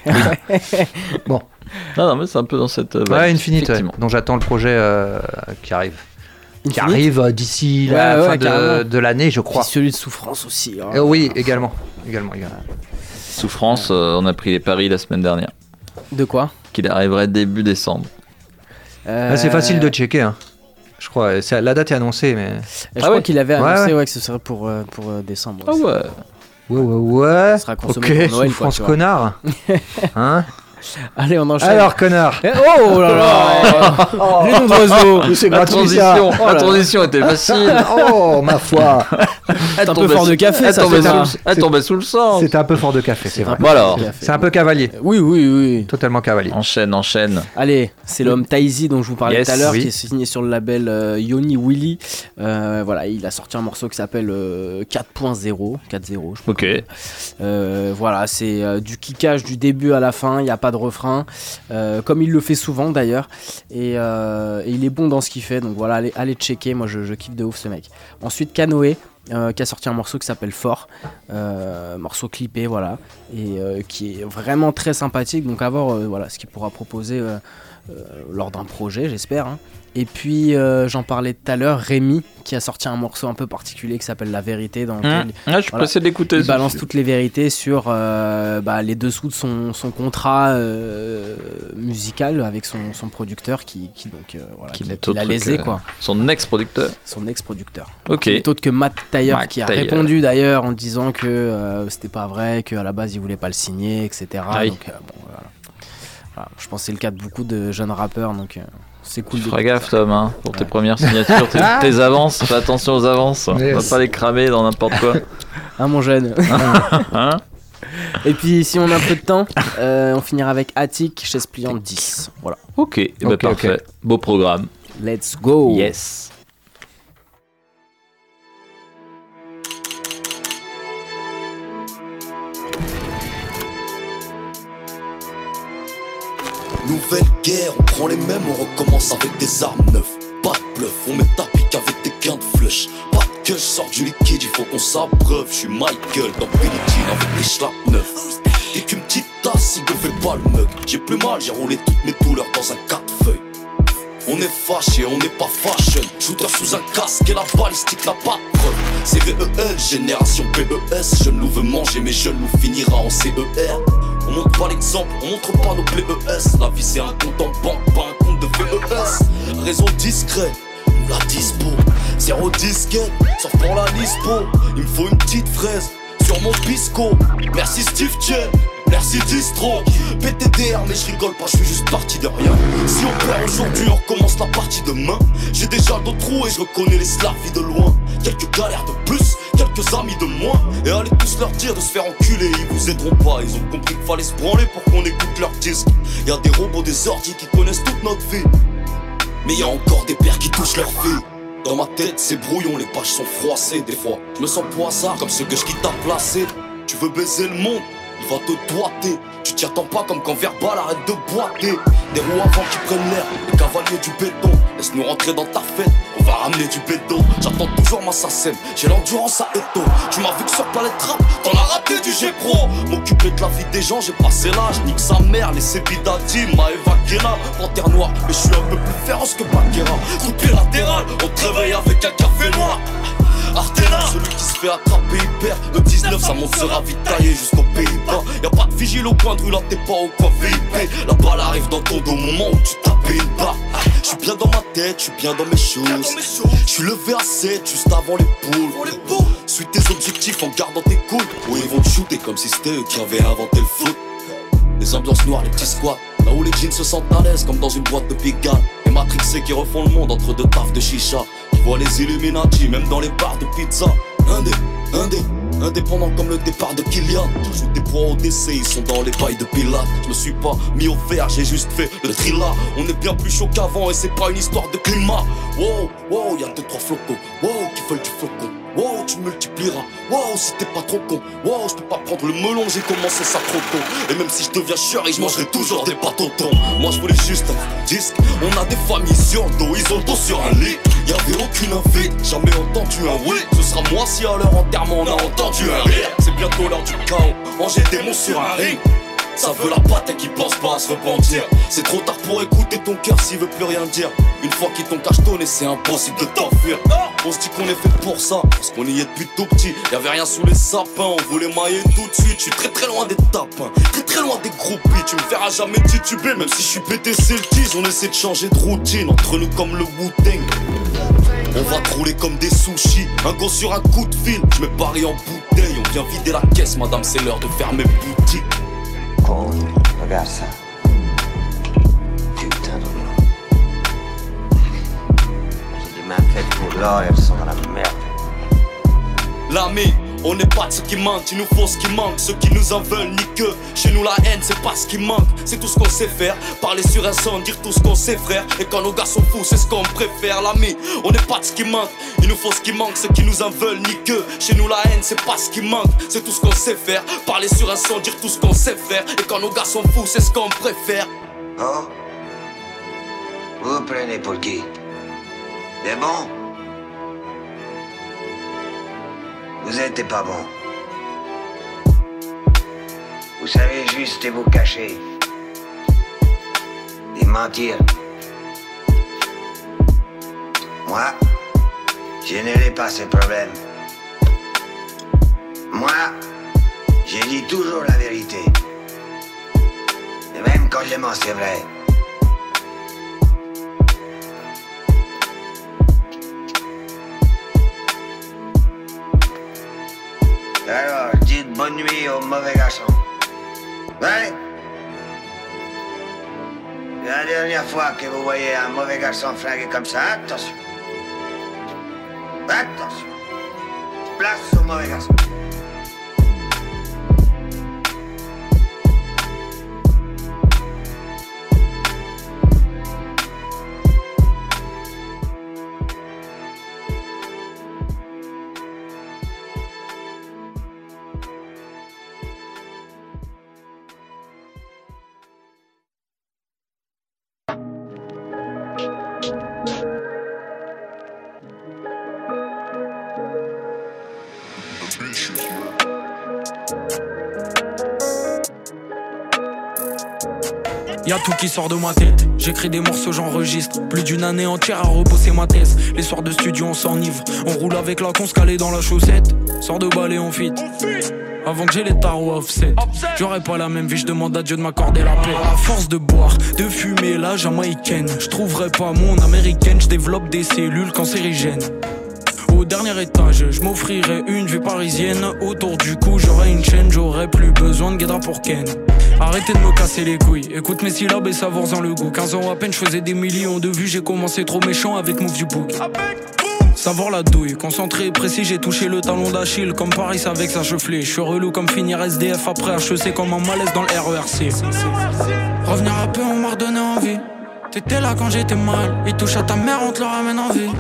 Bon. Non, mais c'est un peu dans cette. Infinite, dont j'attends le projet qui arrive. Qui arrive d'ici la fin de l'année, je crois. Et celui de Souffrance aussi. Hein. Oui, également. Souffrance, on a pris les paris la semaine dernière. De quoi ? Qu'il arriverait début décembre. C'est facile de checker, hein. Je crois. La date est annoncée, mais. Je crois qu'il avait annoncé que ce serait pour décembre. Ah ouais. Ouais. Ça sera consommé pour Noël, Souffrance connard. Hein ? Allez, on enchaîne. Alors, connard. Oh là là. Les noms d'oiseaux. C'est la transition était facile. Oh, ma foi. C'est un peu fort de café, Elle tombait sous le sang. C'était un peu fort de café, c'est vrai. Bon alors. C'est un peu cavalier. Oui. Totalement cavalier. Enchaîne. Allez, c'est l'homme Taizy dont je vous parlais tout à l'heure, qui est signé sur le label Yoni Willy. Voilà, il a sorti un morceau qui s'appelle 4.0. 4.0, je crois. Ok. Voilà, c'est du kickage du début à la fin. Il n'y a pas de refrain, comme il le fait souvent d'ailleurs, et il est bon dans ce qu'il fait, donc voilà, allez checker, moi je kiffe de ouf ce mec. Ensuite Canoë, qui a sorti un morceau qui s'appelle Fort, morceau clippé, voilà, et qui est vraiment très sympathique, donc à voir voilà, ce qu'il pourra proposer lors d'un projet, j'espère, hein. Et puis j'en parlais tout à l'heure, Rémi qui a sorti un morceau un peu particulier qui s'appelle La Vérité, dans lequel je suis pressé de l'écouter. Il balance toutes les vérités sur les dessous de son contrat musical avec son producteur qui l'a lésé, quoi. Son ex-producteur. Ok. C'est autre que Matt Taylor qui a répondu d'ailleurs en disant que c'était pas vrai, qu'à la base il voulait pas le signer, etc. Donc voilà. Je pense que c'est le cas de beaucoup de jeunes rappeurs, donc c'est cool. Fais gaffe, Tom, hein, pour tes premières signatures, tes avances. Fais attention aux avances. On va pas les cramer dans n'importe quoi. Hein, mon jeune. Et puis, si on a un peu de temps, on finira avec Attic chez Spliant 10. Voilà. Ok, parfait. Beau programme. Let's go. Yes. Nouvelle guerre, on prend les mêmes, on recommence avec des armes neuves. Pas de bluff, on met ta pique avec des gains de flush. Pas de que je sors du liquide, il faut qu'on s'abreuve. J'suis Michael dans Billie Jean avec des schlaps neufs. Et qu'une petite tasse, il ne fait pas le mug. J'ai plus mal, j'ai roulé toutes mes douleurs dans un 4-feuilles. On est fâché, on n'est pas fashion. Shooter sous un casque et la balistique n'a pas de preuve. C'est VEL, génération PES. Jeune loup veut manger, mais jeune loup finira en CER. On montre pas l'exemple, on montre pas nos PES. La vie c'est un compte en banque, pas un compte de VES. Réseau discret, nous la dispo. 0 disquette, sors pour la lispo. Il me faut une petite fraise sur mon pisco. Merci Steve Chen, merci Distro. PTDR mais je rigole pas, je suis juste parti de rien. Si on perd aujourd'hui, on recommence la partie demain. J'ai déjà le dos trou et je reconnais les slavis de loin. Quelques galères de plus, quelques amis de moins. Et allez tous leur dire de se faire enculer, ils vous aideront pas. Ils ont compris qu'il fallait se branler pour qu'on écoute leurs disques. Y'a des robots, des ordi qui connaissent toute notre vie. Mais y'a encore des pères qui touchent leur fille. Dans ma tête c'est brouillon, les pages sont froissées. Des fois je me sens poissard comme ceux que je quitte à placer. Tu veux baiser le monde, il va te doiter. Tu t'y attends pas comme quand Verbal arrête de boiter. Des roues avant qui prennent l'air, les cavaliers du béton. Laisse-nous rentrer dans ta fête, on va ramener du béton. J'attends toujours ma SACEM, j'ai l'endurance à Eto. Tu m'as vu que sur Planète Rap, t'en as raté du G-Pro. M'occuper de la vie des gens, j'ai passé l'âge. Nique sa mère, laissez Bidadi, Maëva Guéna. Panthère noire, mais je suis un peu plus féroce que Bakera. Coupé latéral, on te réveille avec un café noir. Artena, celui qui se fait attraper hyper. Le 19 ça monte se ravitailler jusqu'aux Pays-Bas. Y'a pas de vigile au coin de rue, là t'es pas au coin VIP. La balle arrive dans ton dos au moment où tu tapais une barre. J'suis bien dans ma tête, j'suis bien dans mes choses. J'suis levé à 7 juste avant les poules. Suis tes objectifs en gardant tes couilles. Ou ils vont te shooter comme si c'était eux qui avaient inventé le foot. Les ambiances noires, les petits squats. Là où les jeans se sentent à l'aise comme dans une boîte de Pigalle. Les matrixés qui refont le monde entre deux tafs de chicha. Qui voient les Illuminati même dans les bars de pizza. indépendant comme le départ de Kylian. Je joue des points au décès, ils sont dans les bails de Pilate. Je me suis pas mis au vert, j'ai juste fait le trilla. On est bien plus chaud qu'avant et c'est pas une histoire de climat. Wow, wow, y'a 2-3 flocons, wow, qui veulent du flocon. Wow, tu multiplieras, wow, si t'es pas trop con. Wow, je peux pas prendre le melon, j'ai commencé ça trop tôt. Et même si je deviens chéri, je mangerai toujours des pâtes au thon. Moi je voulais juste un disque, on a des familles sur le dos, ils ont le dos sur un lit. Y'avait aucune invite, jamais entendu un oui. Ce sera moi si à leur enterrement on a entendu un rire. C'est bientôt l'heure du chaos, manger des mots sur un ring. Ça veut la patte qui pense pas à se repentir. C'est trop tard pour écouter ton cœur s'il veut plus rien dire. Une fois qu'ils t'ont cachetonné, c'est impossible de t'enfuir. On se dit qu'on est fait pour ça, parce qu'on y est depuis tout petit. Y'avait rien sous les sapins, on voulait mailler tout de suite. Je suis très très loin des tapins, très très loin des groupies. Tu me verras jamais tituber, même si je suis BTC le 10. On essaie de changer de routine, entre nous comme le Wu-Tang. On va te rouler comme des sushis, un go sur un coup de fil. Je me parie en bouteille, on vient vider la caisse, madame, c'est l'heure de fermer boutique. Con, regarde ça. Putain de l'or. J'ai des mains faites pour l'or et elles sont dans la merde. L'ami, on n'est pas de ce qui manque, il nous faut ce qui manque. Ceux qui nous en veulent, ni que chez nous la haine, c'est pas ce qui manque. C'est tout ce qu'on sait faire, parler sur un son, dire tout ce qu'on sait frère. Et quand nos gars sont fous, c'est ce qu'on préfère. L'ami, on n'est pas de ce qui manque, il nous faut ce qui manque. Ceux qui nous en veulent, ni que chez nous la haine, c'est pas ce qui manque. C'est tout ce qu'on sait faire, parler sur un son, dire tout ce qu'on sait faire. Et quand nos gars sont fous, c'est ce qu'on préfère. Oh, vous prenez pour qui? Des bons? Vous êtes pas bon. Vous savez juste vous cacher. Et mentir. Moi, je n'ai pas ces problèmes. Moi, je dis toujours la vérité. Et même quand je mens, c'est vrai. Alors, dites bonne nuit aux mauvais garçons. Ouais. La dernière fois que vous voyez un mauvais garçon flingué comme ça, attention. Attention. Place aux mauvais garçons. Y'a tout qui sort de ma tête, j'écris des morceaux, j'enregistre. Plus d'une année entière à reposer ma thèse. Les soirs de studio on s'enivre, on roule avec la con calée dans la chaussette. Sors de balai on fit. Avant que j'ai les tarots offset, j'aurais pas la même vie, je demande à Dieu de m'accorder la paix. À force de boire, de fumer la jamaïcaine, je trouverai pas mon américaine, je développe des cellules cancérigènes. Au dernier étage, je m'offrirai une vue parisienne. Autour du cou, j'aurai une chaîne, j'aurai plus besoin de guédra pour Ken. Arrêtez de me casser les couilles, écoute mes syllabes et savoure-en le goût. 15 ans à peine, je faisais des millions de vues, j'ai commencé trop méchant avec Move du Book. Savoir la douille, concentré et précis, j'ai touché le talon d'Achille. Comme Paris avec sa chevlée, je suis relou comme finir SDF après HEC, comme un malaise dans le RERC. Revenir à peu, on m'a redonné envie. T'étais là quand j'étais mal, ils touchent à ta mère, on te le ramène en vie.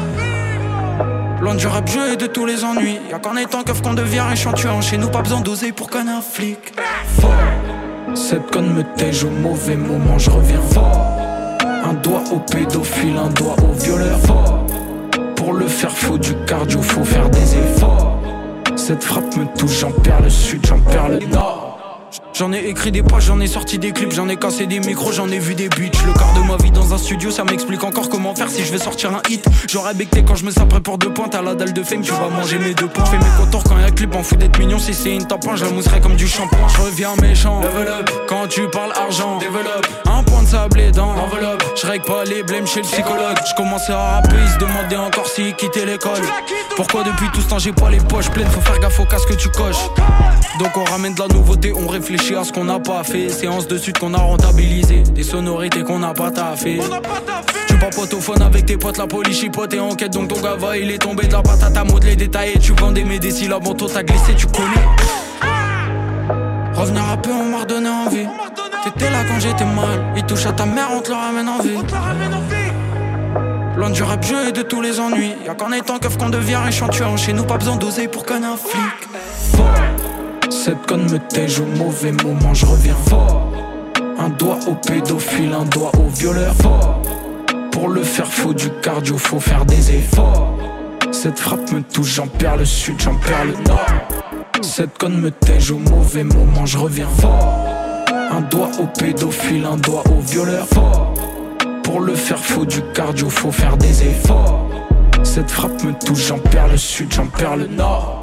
Loin du rap jeu et de tous les ennuis. Y'a qu'en étant keuf qu'on devient échantillon. Chez nous pas besoin d'oser pour connaître un flic. Fort, cette conne me tège au mauvais moment, je reviens fort. Un doigt au pédophile, un doigt au violeur. Fort, pour le faire faut du cardio, faut faire des efforts. Cette frappe me touche, j'en perds le sud, j'en perds le nord. J'en ai écrit des pages, j'en ai sorti des clips, j'en ai cassé des micros, j'en ai vu des bitches. Le quart de ma vie dans un studio, ça m'explique encore comment faire si je vais sortir un hit. J'aurais becté quand je me saperais pour 2 points. T'as la dalle de fame, tu vas manger mes 2 points. Fais mes contours quand y'a clip, en fous d'être mignon. Si c'est une tapin, je la mousserai comme du shampoing. Je reviens méchant, level up. Quand tu parles argent, développe. Un point de sable dans l'enveloppe. Je règle pas les blèmes chez le psychologue. Je commençais à rapper, ils se demandaient encore s'ils quittaient l'école. Pourquoi depuis tout ce temps j'ai pas les poches pleines? Faut faire gaffe au casque que tu coches. Donc on ramène de la nouveauté, on réfléchit à ce qu'on n'a pas fait. Séance de suite qu'on a rentabilisé, des sonorités qu'on n'a pas taffé. Tu pas potophone avec tes potes, la police chipote et enquête. Donc ton gava il est tombé de la patate à modeler détaillé. Tu vendais mes décis, la moto t'a glissé, tu connais. Revenir un peu, on m'a redonné envie. T'étais là quand j'étais mal. Ils touchent à ta mère, on te le ramène en vie. Loin du rap jeu et de tous les ennuis. Y'a qu'en étant keuf qu'on devient riche. Tu as chez nous, pas besoin d'oser pour connaître un flic. Fort. Cette conne me tège au mauvais moment, je reviens fort. Un doigt au pédophile, un doigt au violeur. Fort. Pour le faire, faut du cardio, faut faire des efforts. Cette frappe me touche, j'en perds le sud, j'en perds le nord. Cette conne me tège au mauvais moment, je reviens fort. Un doigt au pédophile, un doigt au violeur. Fort. Pour le faire, faut du cardio, faut faire des efforts. Cette frappe me touche, j'en perds le sud, j'en perds le nord.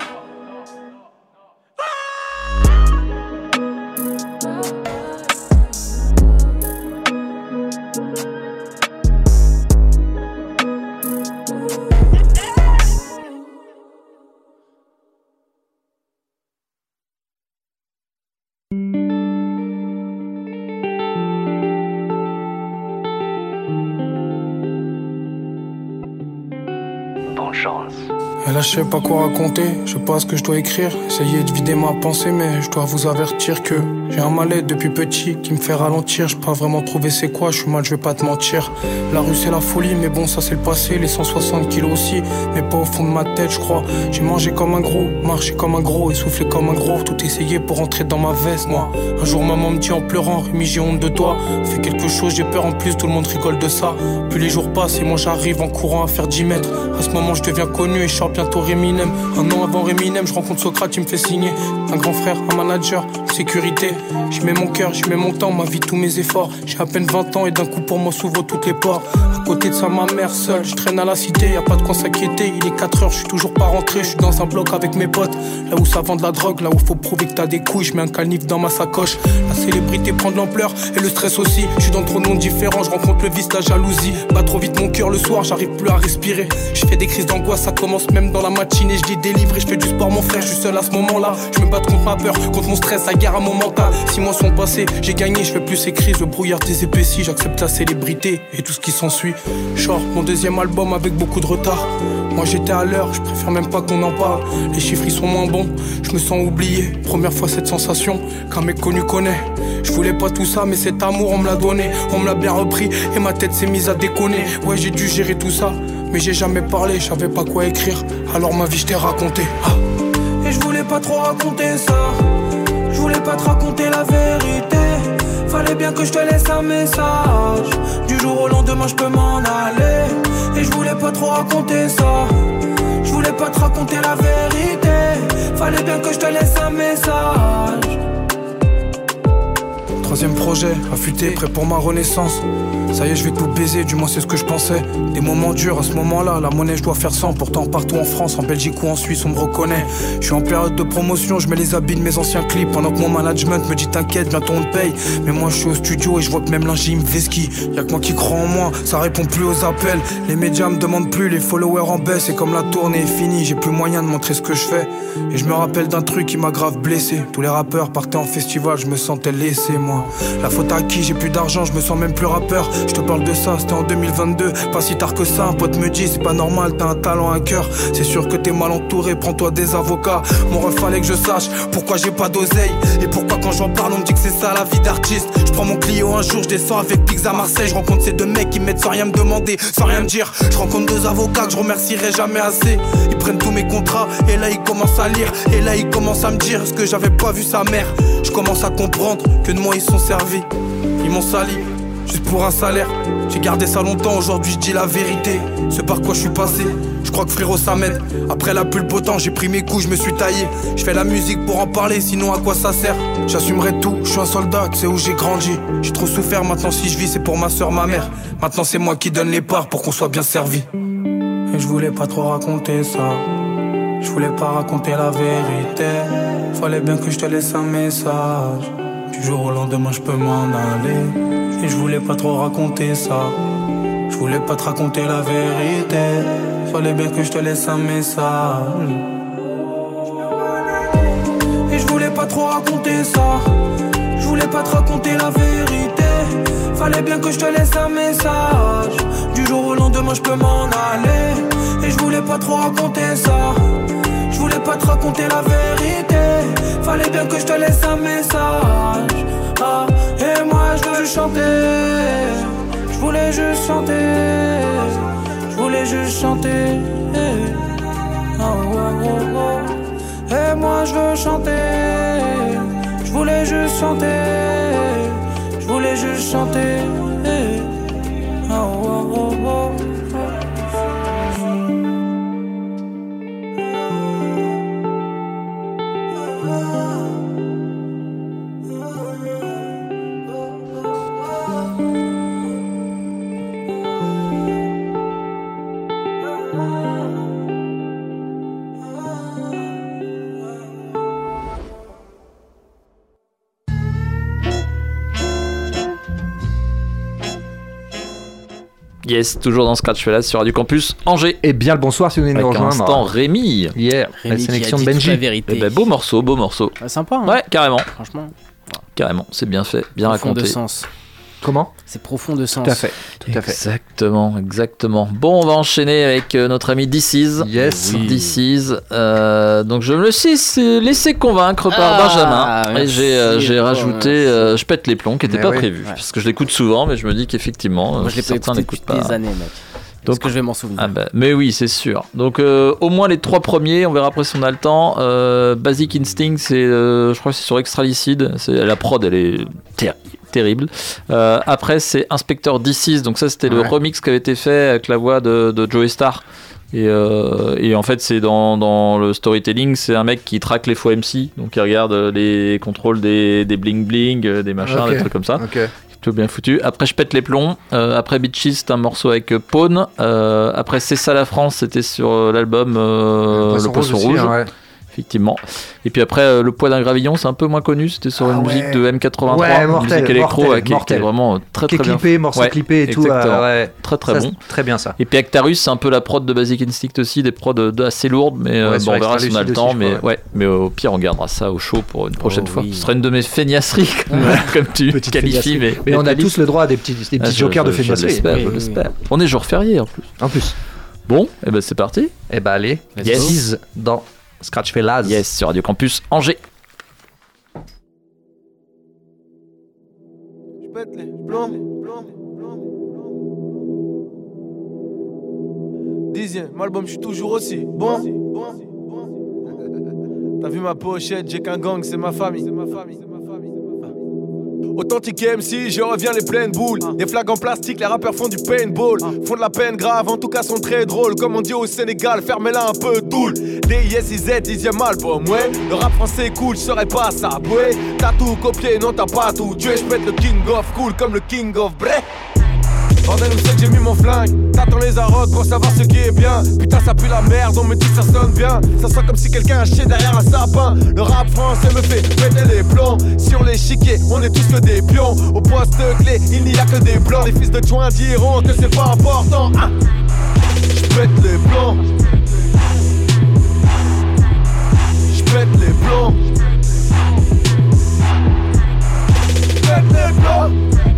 Et là je sais pas quoi raconter, je sais pas ce que je dois écrire. Essayer de vider ma pensée mais je dois vous avertir que j'ai un mal-être depuis petit qui me fait ralentir. J'ai pas vraiment trouvé c'est quoi, je suis mal, je vais pas te mentir. La rue c'est la folie mais bon ça c'est le passé. Les 160 kilos aussi, mais pas au fond de ma tête je crois. J'ai mangé comme un gros, marché comme un gros, essoufflé comme un gros. Tout essayé pour rentrer dans ma veste moi. Un jour maman me dit en pleurant, Rémi j'ai honte de toi. Fais quelque chose, j'ai peur en plus, tout le monde rigole de ça. Plus les jours passent et moi j'arrive en courant à faire 10 mètres. À ce moment je deviens connu et je sors bientôt Réminem. Un an avant Réminem, je rencontre Socrate, il me fait signer. Un grand frère, un manager, une sécurité. J'y mets mon cœur, j'y mets mon temps, ma vie, tous mes efforts. J'ai à peine 20 ans et d'un coup pour moi s'ouvrent toutes les portes. À côté de ça, ma mère seule, je traîne à la cité, y'a pas de quoi s'inquiéter. Il est 4h, je suis toujours pas rentré, je suis dans un bloc avec mes potes. Là où ça vend de la drogue, là où faut prouver que t'as des couilles, je mets un canif dans ma sacoche. La célébrité prend de l'ampleur et le stress aussi. Je suis dans trop de mondes différents, je rencontre le vice, la jalousie. Bat trop vite mon cœur le soir, j'arrive plus à respirer. Je fais des crises d'angoisse, ça commence même dans la matinée. Je dis délivre et je fais du sport mon frère, je suis seul à ce moment-là. Je me bats contre ma peur, contre mon stress, la guerre à mon mental. 6 mois sont passés, j'ai gagné, je fais plus ces crises. Le brouillard désépaissit, j'accepte la célébrité et tout ce qui s'ensuit. Genre mon deuxième album avec beaucoup de retard. Moi j'étais à l'heure, je préfère même pas qu'on en parle. Les chiffres ils sont moins bons, je me sens oublié. Première fois cette sensation qu'un mec connu connaît. Je voulais pas tout ça mais cet amour on me l'a donné. On me l'a bien repris et ma tête s'est mise à déconner. Ouais j'ai dû gérer tout ça, mais j'ai jamais parlé, je savais pas quoi écrire. Alors ma vie je t'ai raconté Et je voulais pas trop raconter ça. Je voulais pas te raconter la vérité. Fallait bien que je te laisse un message. Du jour au lendemain je peux m'en aller. Et je voulais pas trop raconter ça. Je voulais pas te raconter la vérité. Fallait bien que je te laisse un message. Troisième projet, affûté, prêt pour ma renaissance. Ça y est je vais tout baiser, du moins c'est ce que je pensais. Des moments durs à ce moment-là, la monnaie je dois faire 100. Pourtant partout en France, en Belgique ou en Suisse on me reconnaît. Je suis en période de promotion, je mets les habits de mes anciens clips. Pendant que mon management me dit t'inquiète, bientôt on te paye. Mais moi je suis au studio et je vois que même l'ingé me fait ski. Y'a que moi qui crois en moi, ça répond plus aux appels. Les médias me demandent plus, les followers en baisse. Et comme la tournée est finie, j'ai plus moyen de montrer ce que je fais. Et je me rappelle d'un truc qui m'a grave blessé. Tous les rappeurs partaient en festival, je me sentais laissé moi. La faute à qui, j'ai plus d'argent, je me sens même plus rappeur. Je te parle de ça, c'était en 2022. Pas si tard que ça, un pote me dit c'est pas normal, t'as un talent, un cœur. C'est sûr que t'es mal entouré, prends-toi des avocats. Mon ref fallait que je sache pourquoi j'ai pas d'oseille. Et pourquoi quand j'en parle on me dit que c'est ça la vie d'artiste. Je prends mon Clio un jour, je descends avec Pix à Marseille. Je rencontre ces deux mecs qui m'aident sans rien me demander, sans rien me dire. Je rencontre deux avocats que je remercierai jamais assez. Ils prennent tous mes contrats et là ils commencent à lire. Et là ils commencent à me dire ce que j'avais pas vu sa mère. Je commence à comprendre que de moi ils sont servis. Ils m'ont sali, juste pour un salaire. J'ai gardé ça longtemps, aujourd'hui je dis la vérité. Ce par quoi je suis passé, je crois que frérot ça m'aide. Après la pulpe au temps, j'ai pris mes coups, je me suis taillé. Je fais la musique pour en parler, sinon à quoi ça sert? J'assumerai tout, je suis un soldat, tu sais où j'ai grandi. J'ai trop souffert, maintenant si je vis c'est pour ma soeur, ma mère. Maintenant c'est moi qui donne les parts pour qu'on soit bien servi. Et je voulais pas trop raconter ça. Je voulais pas raconter la vérité. Fallait bien que je te laisse un message. Du jour au lendemain je peux m'en aller. Et je voulais pas trop raconter ça. Je voulais pas te raconter la vérité. Fallait bien que je te laisse un message. Et je voulais pas trop raconter ça. Je voulais pas te raconter la vérité. Fallait bien que je te laisse un message. Du jour au lendemain je peux m'en aller. Et je voulais pas trop raconter ça. Je voulais pas te raconter la vérité. Fallait bien que je te laisse un message. Ah, et moi je veux juste chanter. Je voulais juste chanter. Je voulais juste chanter. Oh, oh, oh, oh. Et moi je veux chanter. Je voulais juste chanter. Je voulais juste chanter. Oh, oh, oh, oh. Yes, toujours dans Scratch Fellas sur Radio Campus Angers. Et bien le bonsoir si vous venez de nous rejoindre. Avec un instant Rémi. Hier, la sélection de Benji. Eh ben, beau morceau. Ah, sympa. Hein. Ouais, carrément. Franchement. Carrément, c'est bien fait, bien profond raconté. De sens. Comment ? C'est profond de sens. Tout à fait. Exactement. Bon, on va enchaîner avec notre ami DC's. Yes. Oui. DC's. Donc je me le suis laissé convaincre par Benjamin. Merci. Et j'ai rajouté Je pète les plombs qui n'était pas prévu. Ouais. Parce que je l'écoute souvent, mais je me dis qu'effectivement, moi, je l'ai pas écouté n'écoutent depuis des années, mec. Donc que je vais m'en souvenir. Ah bah, mais oui, c'est sûr. Donc au moins les 3 premiers, on verra après si on a le temps. Basic Instinct, c'est, je crois que c'est sur Extralicide. La prod, elle est terrible. Après, c'est Inspector DC's. Donc ça, c'était le remix qui avait été fait avec la voix de Joey Starr. Et en fait, c'est dans le storytelling, c'est un mec qui traque les faux MC. Donc il regarde les contrôles des bling bling, des machins, des trucs comme ça. Tout bien foutu. Après, je pète les plombs. Après, Bitches, c'est un morceau avec Pawn. Après, C'est ça la France, c'était sur l'album Le Poisson Rouge. Ouais. Effectivement. Et puis après, Le poids d'un gravillon, c'est un peu moins connu. C'était sur une musique de M83. Ouais, une musique électro qui est vraiment très très bien. Clippé, morceau clippé et tout. Très très bon. Très bien ça. Et puis Actarus, c'est un peu la prod de Basic Instinct aussi, des prods assez lourdes, mais bon, on verra si on a le temps. Mais au pire, on gardera ça au chaud pour une prochaine fois. Ce sera une de mes feignasseries, comme tu qualifies. Mais on a tous le droit à des petits jokers de feignasserie. Je l'espère. On est jour férié en plus. Bon, et ben c'est parti. Et ben allez, yes. Dans Scratch Fellas. Yes, sur Radio Campus Angers. Je pète les plombs. 10e album, je suis toujours aussi bon. T'as vu ma pochette, j'ai qu'un gang, c'est ma famille. Authentique MC, je reviens les pleines boules. Des flags en plastique, les rappeurs font du paintball. Font de la peine grave, en tout cas sont très drôles. Comme on dit au Sénégal, fermez-la un peu doule. DISIZ, 10e album, ouais. Le rap français est cool, je serais pas ça, ouais. T'as tout copié, non t'as pas tout tué. J'pète le king of cool comme le king of Bray. Bordel, où c'est que j'ai mis mon flingue? T'attends les arocs pour savoir ce qui est bien. Putain, ça pue la merde, on me dit que ça sonne bien. Ça sent comme si quelqu'un a chié derrière un sapin. Le rap français me fait péter les plombs. Sur l'échiquier, on est tous que des pions. Au poste clé, il n'y a que des blancs. Les fils de joint diront que c'est pas important. J'pète les plombs. J'pète les plombs. J'pète les plombs.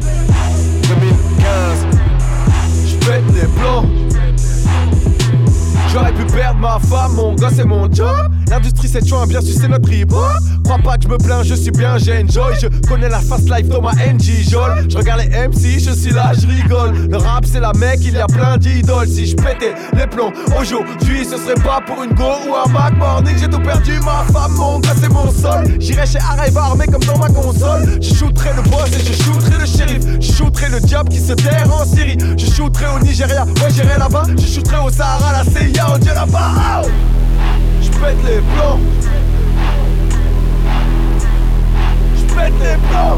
2015, j'pète les plombs. J'aurais pu perdre ma femme, mon gosse et mon job. L'industrie c'est tuant, bien sûr c'est notre ribot. Crois pas que je me plains, je suis bien, j'enjoy. Je connais la fast life Thomas NG Jol. Je regarde les MC, je suis là, je rigole. Le rap c'est la mec, il y a plein d'idoles. Si je pétais les plombs aujourd'hui, ce serait pas pour une go ou un Mac Morning. J'ai tout perdu, ma femme, mon gosse et mon sol. J'irai chez Arrive armé comme dans ma console. Je shooterai le boss et je shooterai le shérif. Je shooterai le diable qui se terre en Syrie. Je shooterai au Nigeria, ouais j'irai là-bas. Je shooterai au Sahara, la CIA, on dit là-bas. J'pète les plombs. J'pète les plombs.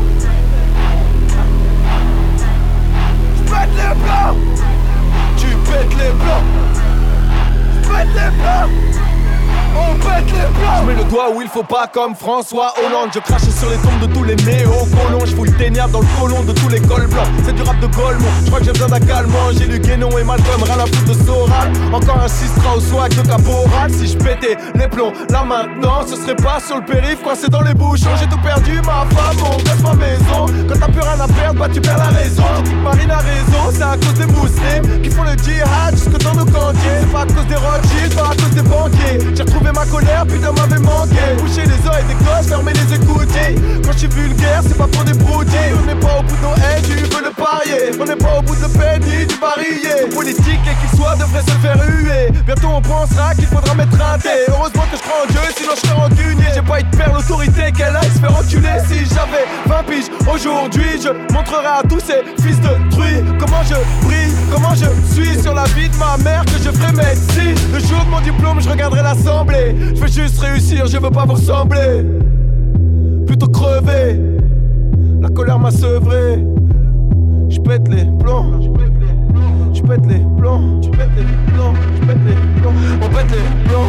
J'pète les plombs. Tu pètes les plombs. J'pète les plombs. On pète les plombs. Je mets le doigt où il faut pas comme François Hollande. Je crache sur les tombes de tous les néo-colons. Je fous le téniable dans le colon de tous les cols blancs. C'est du rap de Golemont, je crois que j'ai besoin d'un calmant. J'ai lu Guénon et Malcolm, rien à foutre de Soral. Encore un Sistra au swag de caporal. Si je pétais les plombs là maintenant, ce serait pas sur le périph', coincé dans les bouchons. J'ai tout perdu, ma femme, mon gosse, ma maison. Quand t'as plus rien à perdre, bah tu perds la raison. Tu dis que Marine a raison, c'est à cause des musulmans qui font le djihad jusque dans nos cantiers. C'est pas à cause des Rothschild, pas à cause des banquiers. J'ai retrouvé ma colère, putain m'avait manqué. Boucher les oreilles des gosses, fermer les écoutilles. Quand je suis vulgaire, c'est pas pour des broutilles. On n'est pas au bout de nos haines, tu veux le parier. On n'est pas au bout de peine ni du barillet. Politique et qu'il soit devrait se faire huer. Bientôt on pensera qu'il faudra mettre un thé. Heureusement que je crois en Dieu, sinon je serais rancunier. J'ai pas eu de père l'autorité qu'elle aille se faire enculer. Si j'avais 20 piges aujourd'hui, je montrerai à tous ces fils de truie comment je brille, comment je suis sur la vie de ma mère que je ferai médecine. Le jour de mon diplôme, je regarderai l'assemblée. Je veux juste réussir, je veux pas vous ressembler. Plutôt crever, la colère m'a sevré. Je pète les plombs, je pète les plombs, je pète les plombs, je pète les plombs, on pète les plombs,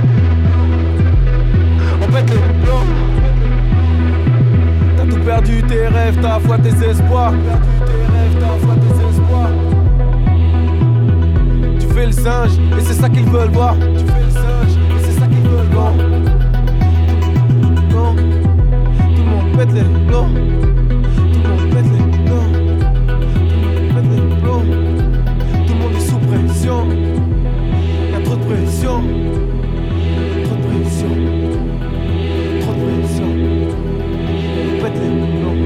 on pète les plombs. T'as tout perdu, tes rêves, ta foi, tes espoirs. Tu fais le singe et c'est ça qu'ils veulent voir. Tu fais le singe et c'est ça qu'ils veulent voir. Non, tout le monde pète les plombs. Tout le monde pète les plombs. Tout le monde pète les plombs. Tout le monde est sous pression. Y'a trop de pression. Trop de pression. Trop de pression. On pète les plombs.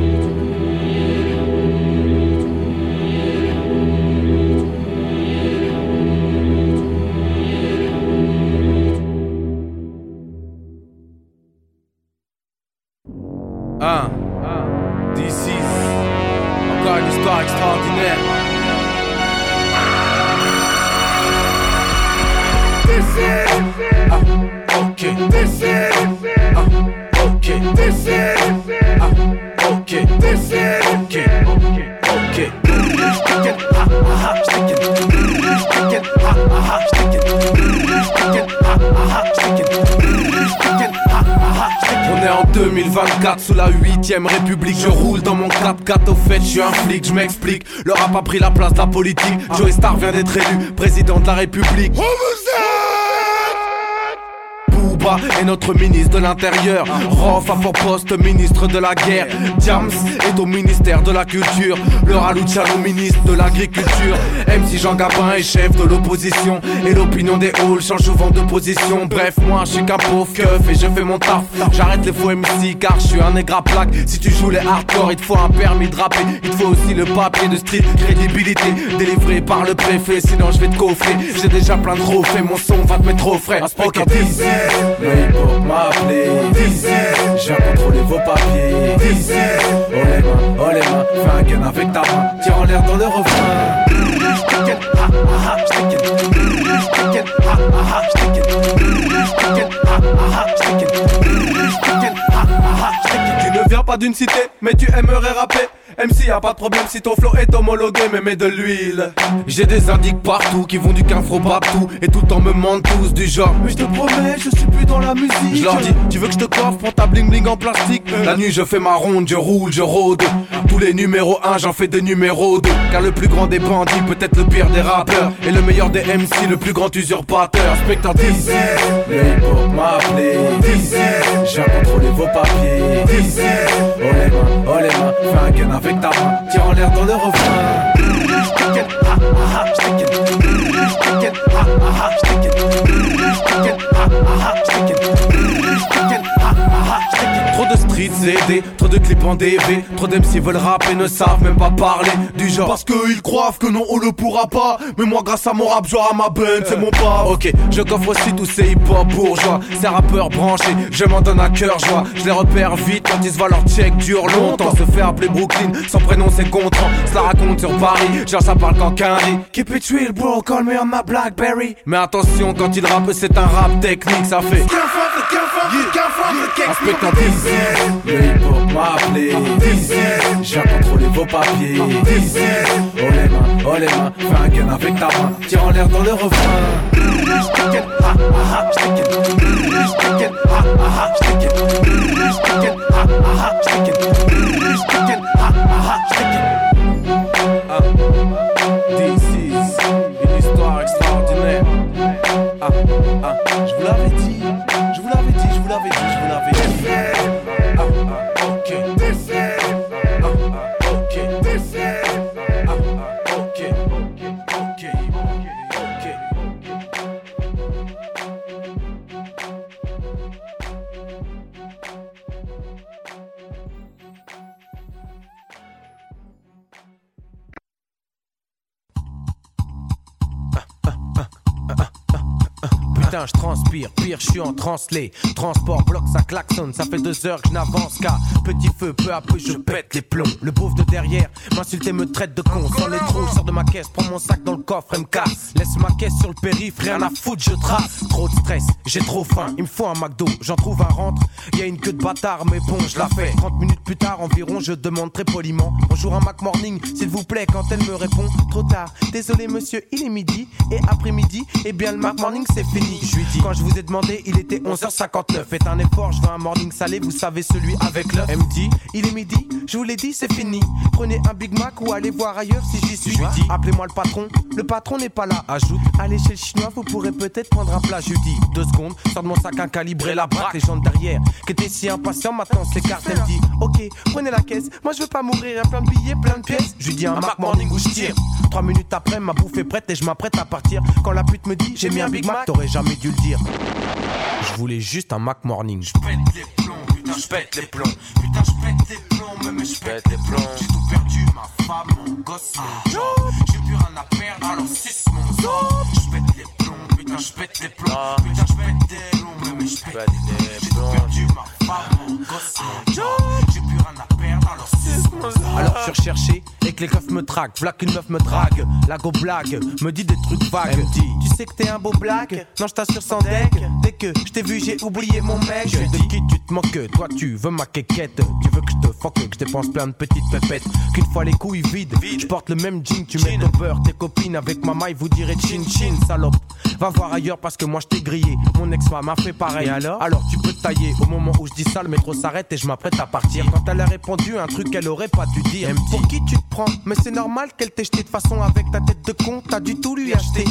D'ici, encore une histoire extraordinaire. Ok. Ok. On est en 2024 sous la 8ème République. Je roule dans mon 4x4, au fait je suis un flic, je m'explique. Le rap a pris la place de la politique. Joey Star vient d'être élu président de la République. Booba est notre ministre de l'Intérieur. Rof a pour poste ministre de la guerre. Diams est au ministère de la Culture. Laura Luciano ministre de l'Agriculture. MC Jean Gabin est chef de l'opposition. Et l'opinion des halls change souvent de position. Bref, moi je suis qu'un pauvre keuf et je fais mon taf. J'arrête les faux MC car je suis un nègre à plaque. Si tu joues les hardcore, il te faut un permis de rapper. Il te faut aussi le papier de street crédibilité délivré par le préfet, sinon je vais te coffrer. J'ai déjà plein de trophées, mon son va te mettre trop frais. Ok, d'ici, le hip-hop m'a appelé. D'ici, j'ai contrôlé vos papiers. D'ici, oh les mains, fais un gain avec ta main. Tire en l'air dans le refrain. Tu ne viens pas d'une cité, mais tu aimerais rapper. MC y'a pas de problème si ton flow est homologué, mais mets de l'huile. J'ai des indices partout qui vont du quinfro partout. Et tout le temps me mentent tous du genre mais je te promets, je suis plus dans la musique. Je leur dis, tu veux que je te coffre, prends ta bling bling en plastique. La nuit je fais ma ronde, je roule, je rôde. Tous les numéros 1, j'en fais des numéros 2. Car le plus grand des bandits, peut-être le pire des rappeurs. Et le meilleur des MC, le plus grand usurpateur. Spectre d'ici, le hip-hop m'a appelé. D'ici, j'ai contrôlé vos papiers. D'ici, oh les mains, fais un gain avec ta main, tire en l'air dans le refrain. Trop de streets ZD, trop de clips en DV. Trop d'MC veulent rapper, ne savent même pas parler du genre parce qu'ils croient que non on le pourra pas. Mais moi grâce à mon rap, genre à ma benne, c'est mon pas. Ok, je coffre aussi tous ces hip-hop bourgeois. Ces rappeurs branchés, je m'en donne à cœur joie. Je les repère vite quand ils se voient leur check dure longtemps. Se fait appeler Brooklyn, sans prénom c'est contrant. Cela raconte sur Paris, genre ça parle qu'en quinri. Keep it real bro, call me on my Blackberry. Mais attention quand il rappe c'est un rap technique, ça fait Inspecteur d'ici, le hip-hop m'a appelé. D'ici, j'ai contrôlé vos papiers. D'ici, oh les mains, fais un gain avec ta main. Tire en l'air dans le refrain. J't'inquiète, ha ha, j't'inquiète. J't'inquiète, ha ha, j't'inquiète. J't'inquiète, ha ha, j't'inquiète. J't'inquiète, ha ha, j't'inquiète. This is une histoire extraordinaire. Je vous l'avais dit, je vous l'avais dit, je vous l'avais dit, je vous l'avais dit. Ok. Putain, je transpire, pire, je suis en translé. Transport, bloc, ça klaxonne, ça fait 2 heures que je n'avance qu'à petit feu, peu à peu je pète les plombs. Le beauf de derrière m'insulte et me traite de con. Sans les trous, sors de ma caisse, prends mon sac dans le coffre et me casse. Laisse ma caisse sur le périph', rien à foutre, je trace. Trop de stress, j'ai trop faim, il me faut un McDo. J'en trouve un rentre, y a une queue de bâtard, mais bon, je la fais. 30 minutes plus tard environ, je demande très poliment: bonjour, un Mac Morning, s'il vous plaît. Quand elle me répond: trop tard, désolé monsieur, il est midi. Et après-midi, eh bien le Mac Morning c'est fini. Je lui dis, quand je vous ai demandé, il était 11h59. Faites un effort, je veux un morning salé, vous savez, celui avec l'œuf. Elle me dit, il est midi, je vous l'ai dit, c'est fini. Prenez un Big Mac ou allez voir ailleurs si j'y suis. Je lui dis, appelez-moi le patron n'est pas là. Ajoute, allez chez le chinois, vous pourrez peut-être prendre un plat. Je lui dis, 2 secondes, sors de mon sac un calibre et la braque. Les gens derrière, qui étaient si impatients, maintenant s'écartent. Elle me dit, ok, prenez la caisse, moi je veux pas mourir, y'a plein de billets, plein de pièces. Je lui dis, un Mac Morning où je tire. 3 minutes après, ma bouffe est prête et je m'apprête à partir. Quand la pute me dit, j'ai mis un Big Mac, t'aurais jamais dû le dire. Je voulais juste un Mac Morning. Je pète les plombs, putain je pète les plombs. Putain je pète les plombs, mais je pète les plombs. J'ai tout perdu, ma femme, mon gosse, mon job. J'ai plus rien à perdre, alors suce mon job. Je pète les plombs, putain je pète les plombs. Putain je pète les plombs, mais je pète les plombs. J'ai tout perdu, ma femme, mon gosse, mon job. J'ai plus rien à perdre, alors suce mon job. Alors je suis recherché et que les keufs me traquent. V'là qu'une meuf me drague, la go blague, me dit des trucs vagues. Elle me dit, tu sais que t'es un beau blague. Non je t'assure sans deck. Dès que je t'ai vu j'ai oublié mon mec. Je de qui tu te moques, toi tu veux ma quéquette. Tu veux que je te fuck, que je dépense plein de petites pépettes. Qu'une fois les couilles vides, je porte le même jean. Tu mets ton beurre, tes copines avec ma maille vous direz chin chin. Salope, va voir ailleurs parce que moi je t'ai grillé. Mon ex-femme a fait pareil. Et alors tu peux te tailler. Au moment où je dis ça, le métro s'arrête et je m'apprête à partir. Quand elle a répondu un truc qu'elle aurait pas dû dire. Pour qui tu te prends? Mais c'est normal qu'elle t'ait jeté de façon avec ta tête de con. T'as du tout lui acheter.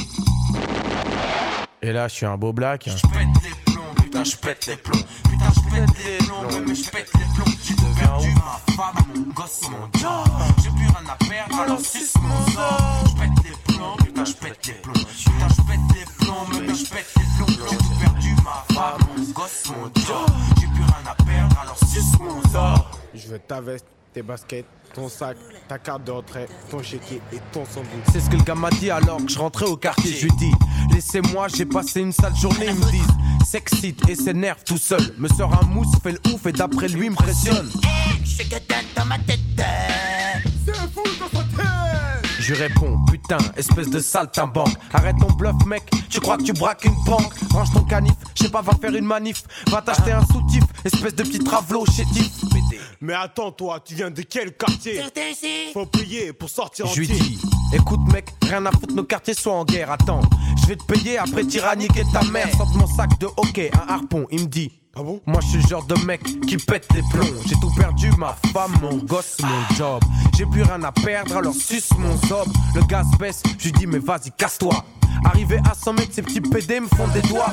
Et là je suis un beau black. Je pète les plombs, putain je pète les plombs. Putain je pète les plombs, mais je pète les plombs. J'ai tout perdu, ma femme, mon gosse, mon job. J'ai plus rien à perdre, alors suce mon sort. Je pète les plombs, putain je pète les plombs. Putain je pète les plombs, mais je pète les plombs. J'ai tout perdu, ma femme, mon gosse, mon job. J'ai plus rien à perdre, alors suce mon sort. Je veux ta veste, tes baskets, ton sac, ta carte de retrait, ton chéquier et ton sandwich. C'est ce que le gars m'a dit alors que je rentrais au quartier. Je lui dis, laissez-moi, j'ai passé une sale journée. Ils me disent, s'excite et s'énerve tout seul. Me sort un mousse, fait le ouf et d'après lui m'impressionne. Je que t'as dans ma tête. C'est fou dans sa tête. Je lui réponds, putain, espèce de saltimbanque. Arrête ton bluff mec, tu crois que tu braques une banque. Range ton canif, je sais pas, va faire une manif. Va t'acheter un soutif, espèce de petit travelot chétif. Mais attends toi, tu viens de quel quartier? Faut payer pour sortir entier. Je lui dis, écoute mec, rien à foutre, nos quartiers sont en guerre. Attends, je vais te payer après t'iras niquer ta mère. Sors de mon sac de hockey, un harpon, il me dit. Ah bon? Moi je suis le genre de mec qui pète les plombs. J'ai tout perdu, ma femme, mon gosse, mon job. J'ai plus rien à perdre, alors suce mon zob. Le gaz baisse, je lui dis mais vas-y casse-toi. Arrivé à 100 mètres, ces petits PD me font des doigts.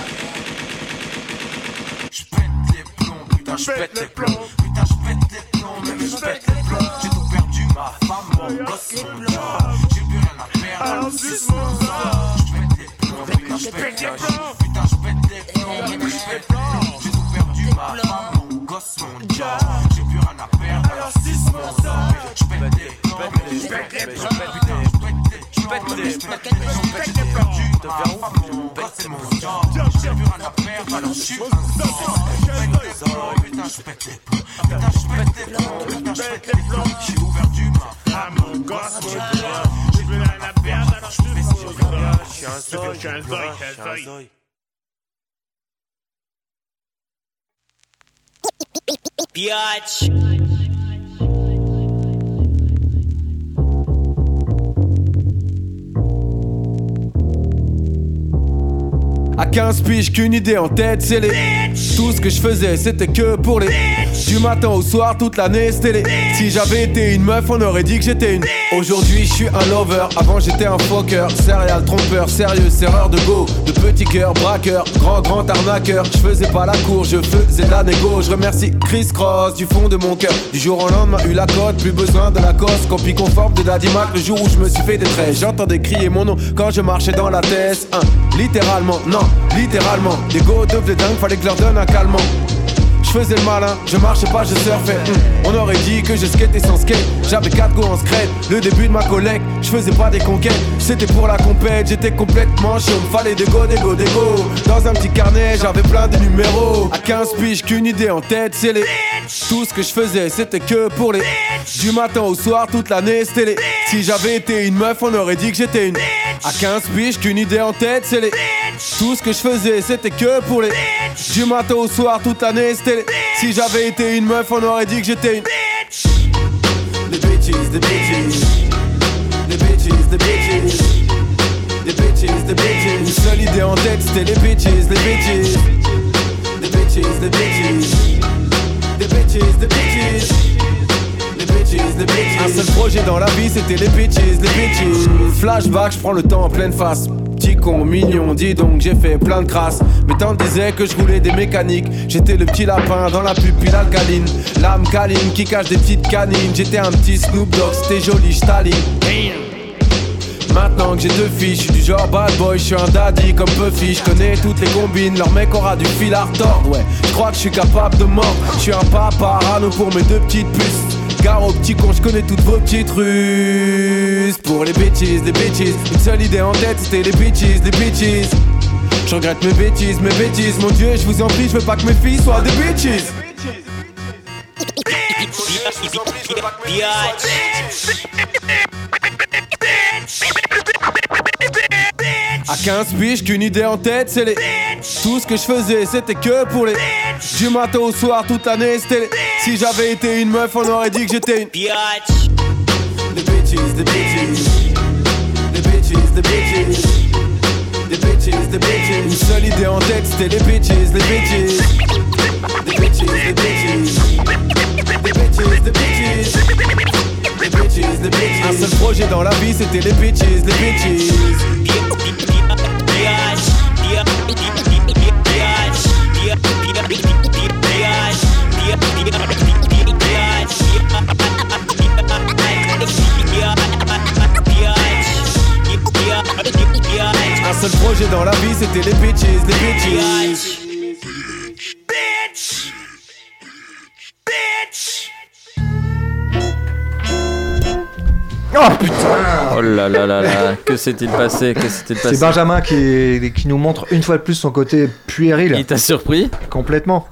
Je pète les plombs, putain je pète les plombs. Putain je pète les plombs, mais je pète les plombs. J'ai tout perdu, ma femme, mon gosse, mon job. J'ai plus rien à perdre, alors suce mon zob. Je pète les plombs, putain je pète les plombs. Putain je pète les plombs, mais je pète les plombs. J'ai tout perdu, ma femme, mon gosse, mon job. J'ai plus rien à perdre, alors suce mon zob. Je pète les plombs, mais je pète les plombs. Putain je pète les plombs. Je pète les perdu, de faire ouf, mon gosse, mon job. J'ai plus rien à perdre, alors je suis un sort. Putain, je pète les plombs. Putain, je pète les plombs. Putain, je pète les plombs. J'ai ouvert du ma mon gosse, mon job. J'ai plus rien à perdre, alors je suis un sort. Je suis un zoï. Biatch. À 15 piges qu'une idée en tête, c'est les. Tout ce que je faisais c'était que pour les. Du matin au soir toute l'année c'était les. Si j'avais été une meuf on aurait dit que j'étais une. Aujourd'hui je suis un lover, avant j'étais un fucker. Serial trompeur, sérieux, serreur de go. De petit cœur, braqueur, grand arnaqueur. Je faisais pas la cour, je faisais de la négo. Je remercie Chris Cross du fond de mon cœur. Du jour au lendemain eu la cote, plus besoin de la cosse. Copie conforme de Daddy Mac le jour où je me suis fait des traits. J'entendais crier mon nom quand je marchais dans la tête. Littéralement, non, littéralement. Des go devenaient dingues, fallait que je leur donne un calmant. Je faisais le malin, je marchais pas, je surfais. On aurait dit que je skatais sans skate. J'avais 4 go en scred, le début de ma collecte. Je faisais pas des conquêtes, c'était pour la compète. J'étais complètement chaud, fallait des go. Dans un petit carnet, j'avais plein de numéros. À 15 piges qu'une idée en tête, c'est les. Tout ce que je faisais, c'était que pour les. Du matin au soir, toute l'année, c'était les. Si j'avais été une meuf, on aurait dit que j'étais une. À 15 piges qu'une idée en tête, c'est les. Tout ce que je faisais, c'était que pour les. Du matin au soir, toute l'année, c'était les. Si j'avais été une meuf, on aurait dit que j'étais une. Les bitches, les bitches. Les bitches, les bitches. Les bitches, les bitches. Une seule idée en tête, c'était les bitches, les bitches. Les bitches, les bitches. Les bitches, les bitches. Les bitches, les bitches. Un seul projet dans la vie, c'était les bitches, les bitches. Flashback, je prends le temps en pleine face. Petit con, mignon, dis donc j'ai fait plein de crasses. Mes tantes disaient que je roulais des mécaniques. J'étais le petit lapin dans la pupille alcaline. L'âme câline qui cache des petites canines. J'étais un petit Snoop Dogg, c'était joli, j'taline. Maintenant que j'ai 2 filles, je suis du genre bad boy, je suis un daddy comme Puffy. Je connais toutes les combines, leur mec aura du fil à retordre. Ouais, je crois que je suis capable de mordre. Je suis un papa rano pour mes 2 petites puces. Gare au petit con, je connais toutes vos petites ruses. Pour les bitches, une seule idée en tête, c'était les bitches, les bitches. Je regrette mes bêtises, mon Dieu, je vous en prie, je veux pas que mes filles soient des bitches. À 15 piges qu'une idée en tête, c'est les. Tout ce que je faisais, c'était que pour les. Du matin au soir, toute l'année, c'était les. Si j'avais été une meuf, on aurait dit que j'étais une. Les bitches, les bitches. Les bitches, les bitches. Les bitches, les bitches. Une seule idée en tête, c'était les bitches, les bitches. Les bitches, les bitches. Les bitches, les bitches. Les bitches, les bitches. Un seul projet dans la vie, c'était les bitches, les bitches. Un seul projet dans la vie, c'était les bitches, les bitches. Oh putain! Oh là là là là, que s'est-il passé? C'est Benjamin qui nous montre une fois de plus son côté puéril. Il t'a surpris? Complètement.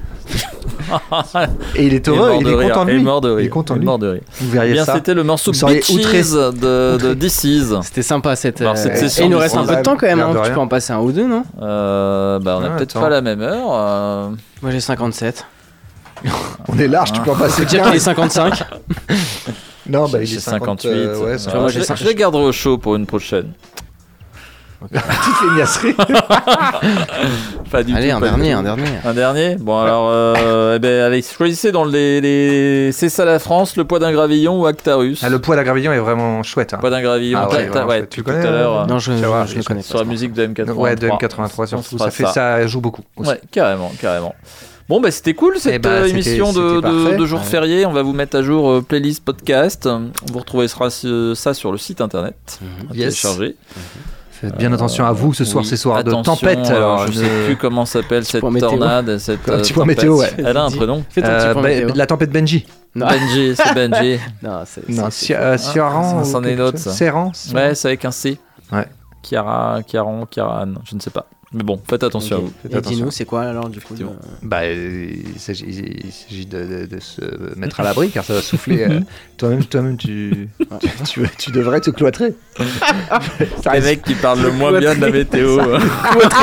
Et il est heureux, il est content de lui. Il est mort de rire. Il est content de lui. Vous verriez ça. C'était le morceau Bitches de DC's. C'était sympa cette session. Et il nous reste un peu de temps quand même, hein. Tu peux en passer un ou deux, non? On a peut-être pas la même heure. Moi j'ai 57. On est large, tu peux en passer 15. Il est 55. Non, bah il est 58. Ouais, je les garderai au chaud pour une prochaine. Petite feignasserie. Pas du allez, tout. Un dernier. Bon, alors, allez, choisissez dans C'est ça la France, le poids d'un gravillon ou Actarus. Le poids d'un gravillon est vraiment chouette. Hein. Poids d'un gravillon. Tu connais tout à l'heure. Non, je le connais pas. Sur la musique de M83. Ouais, de M83 surtout. Ça joue beaucoup. Aussi. Ouais, carrément. Bon, c'était cool cette émission de jour férié. On va vous mettre à jour playlist podcast. Vous retrouverez ça sur le site internet. Télécharger. Faites bien attention à vous ce soir, ces soirs de tempête. Alors, je sais plus comment s'appelle cette tornade. Cette petit point météo, ouais. Elle a un prénom. La tempête Benji. Benji, c'est Benji. Non, Ciaran. C'en est une autre. Serran. Ouais, c'est avec un C. Ouais. Kiaran, je ne sais pas. Mais bon, faites attention à vous. Et dis-nous, c'est quoi alors du coup il s'agit de se mettre à l'abri car ça va souffler. Toi-même, tu devrais te cloîtrer. Les mecs qui parlent le moins bien de la météo.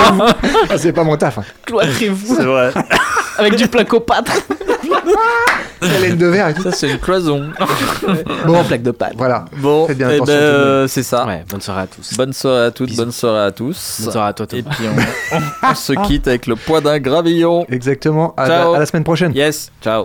Cloîtrez-vous. C'est pas mon taf. Cloîtrez-vous. C'est vrai. Avec du placo-pâtre. La laine de verre et tout. Ça, c'est une cloison. Bon, plaque de pâte. Voilà. Bon, faites bien attention. c'est ça. Ouais, bonne soirée à tous. Bonne soirée à toutes, bonne soirée à tous. Bonne soirée à toi, Tom. Et puis on se quitte avec le poids d'un gravillon. Exactement. À la semaine prochaine. Yes. Ciao.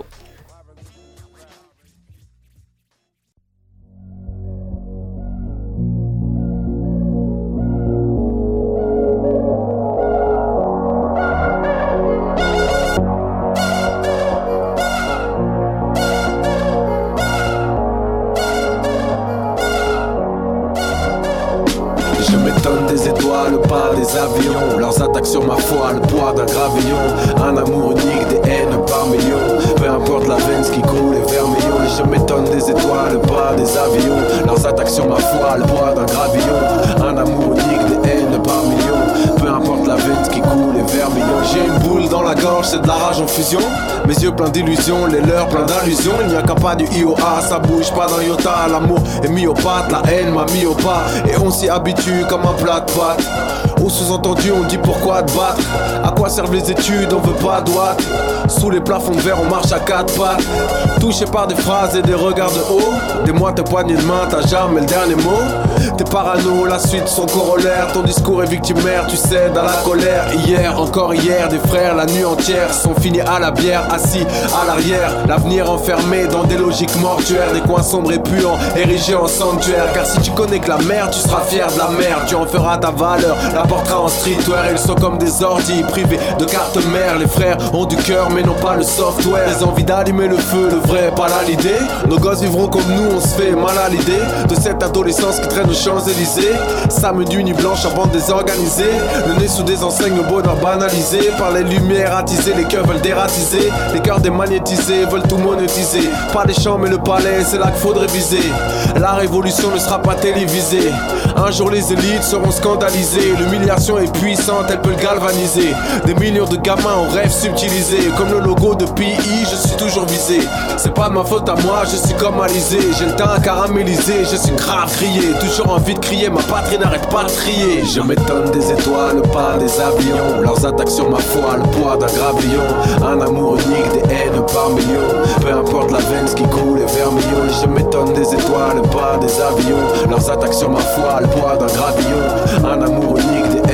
Des étoiles, pas des avions. Leurs attaques sur ma foi, le poids d'un gravillon. Un amour unique, des haines par millions. Peu importe la veine, ce qui coule est vermillon. Et je m'étonne des étoiles, pas des avions. Leurs attaques sur ma foi, le poids d'un gravillon. Un amour unique, des haines par millions. Peu importe la veine, ce qui coule est vermillon. J'ai une boule dans la gorge, c'est de la rage en fusion. Mes yeux pleins d'illusions, les leurs pleins d'allusions. Il n'y a qu'un pas du IOA, ça bouge pas d'un iota. L'amour est myopathe, la haine m'a mis au pas. Et on s'y habitue comme un plat de pâtes. Au sous-entendu, on dit pourquoi te battre. À quoi servent les études, on veut pas de droite. Sous les plafonds de verre, on marche à quatre pattes. Touché par des phrases et des regards de haut. Des mois, tes poignées de main, t'as jamais le dernier mot. T'es parano, la suite, son corollaire. Ton discours est victimaire, tu cèdes à la colère. Hier, encore hier, des frères, la nuit entière sont finis à la bière, assis à l'arrière. L'avenir enfermé dans des logiques mortuaires. Des coins sombres et puants, érigés en sanctuaire. Car si tu connais que la mer, tu seras fier de la mer. Tu en feras ta valeur, la portera en streetwear. Ils sont comme des ordis privés de carte mère. Les frères ont du cœur mais n'ont pas le software. Les envies d'allumer le feu, le vrai, pas là l'idée. Nos gosses vivront comme nous, on se fait mal à l'idée de cette adolescence qui traîne aux Champs-Élysées. Samedi, nuit blanche en bande désorganisée. Le nez sous des enseignes, le bonheur banalisé. Par les lumières attisées, les cœurs veulent dératiser. Les cœurs démagnétisés veulent tout monétiser. Pas les champs mais le palais, c'est là qu'il faudrait viser. La révolution ne sera pas télévisée. Un jour les élites seront scandalisées. L'humiliation est puissante, elle peut le galvaniser. Des millions de gamins ont rêve subtilisé. Comme le logo de PI, je suis toujours visé. C'est pas de ma faute à moi, je suis comme Alizé. J'ai le teint à caraméliser, je suis grave crié. Toujours envie de crier, ma patrie n'arrête pas de crier. Je m'étonne des étoiles, pas des avions. Leurs attaques sur ma foi, le poids d'un gravillon. Un amour unique, des haines par millions. Peu importe la veine, ce qui coule est vermillon. Je m'étonne des étoiles, pas des avions. Leurs attaques sur ma foi, le poids d'un gravillon. Un amour unique, des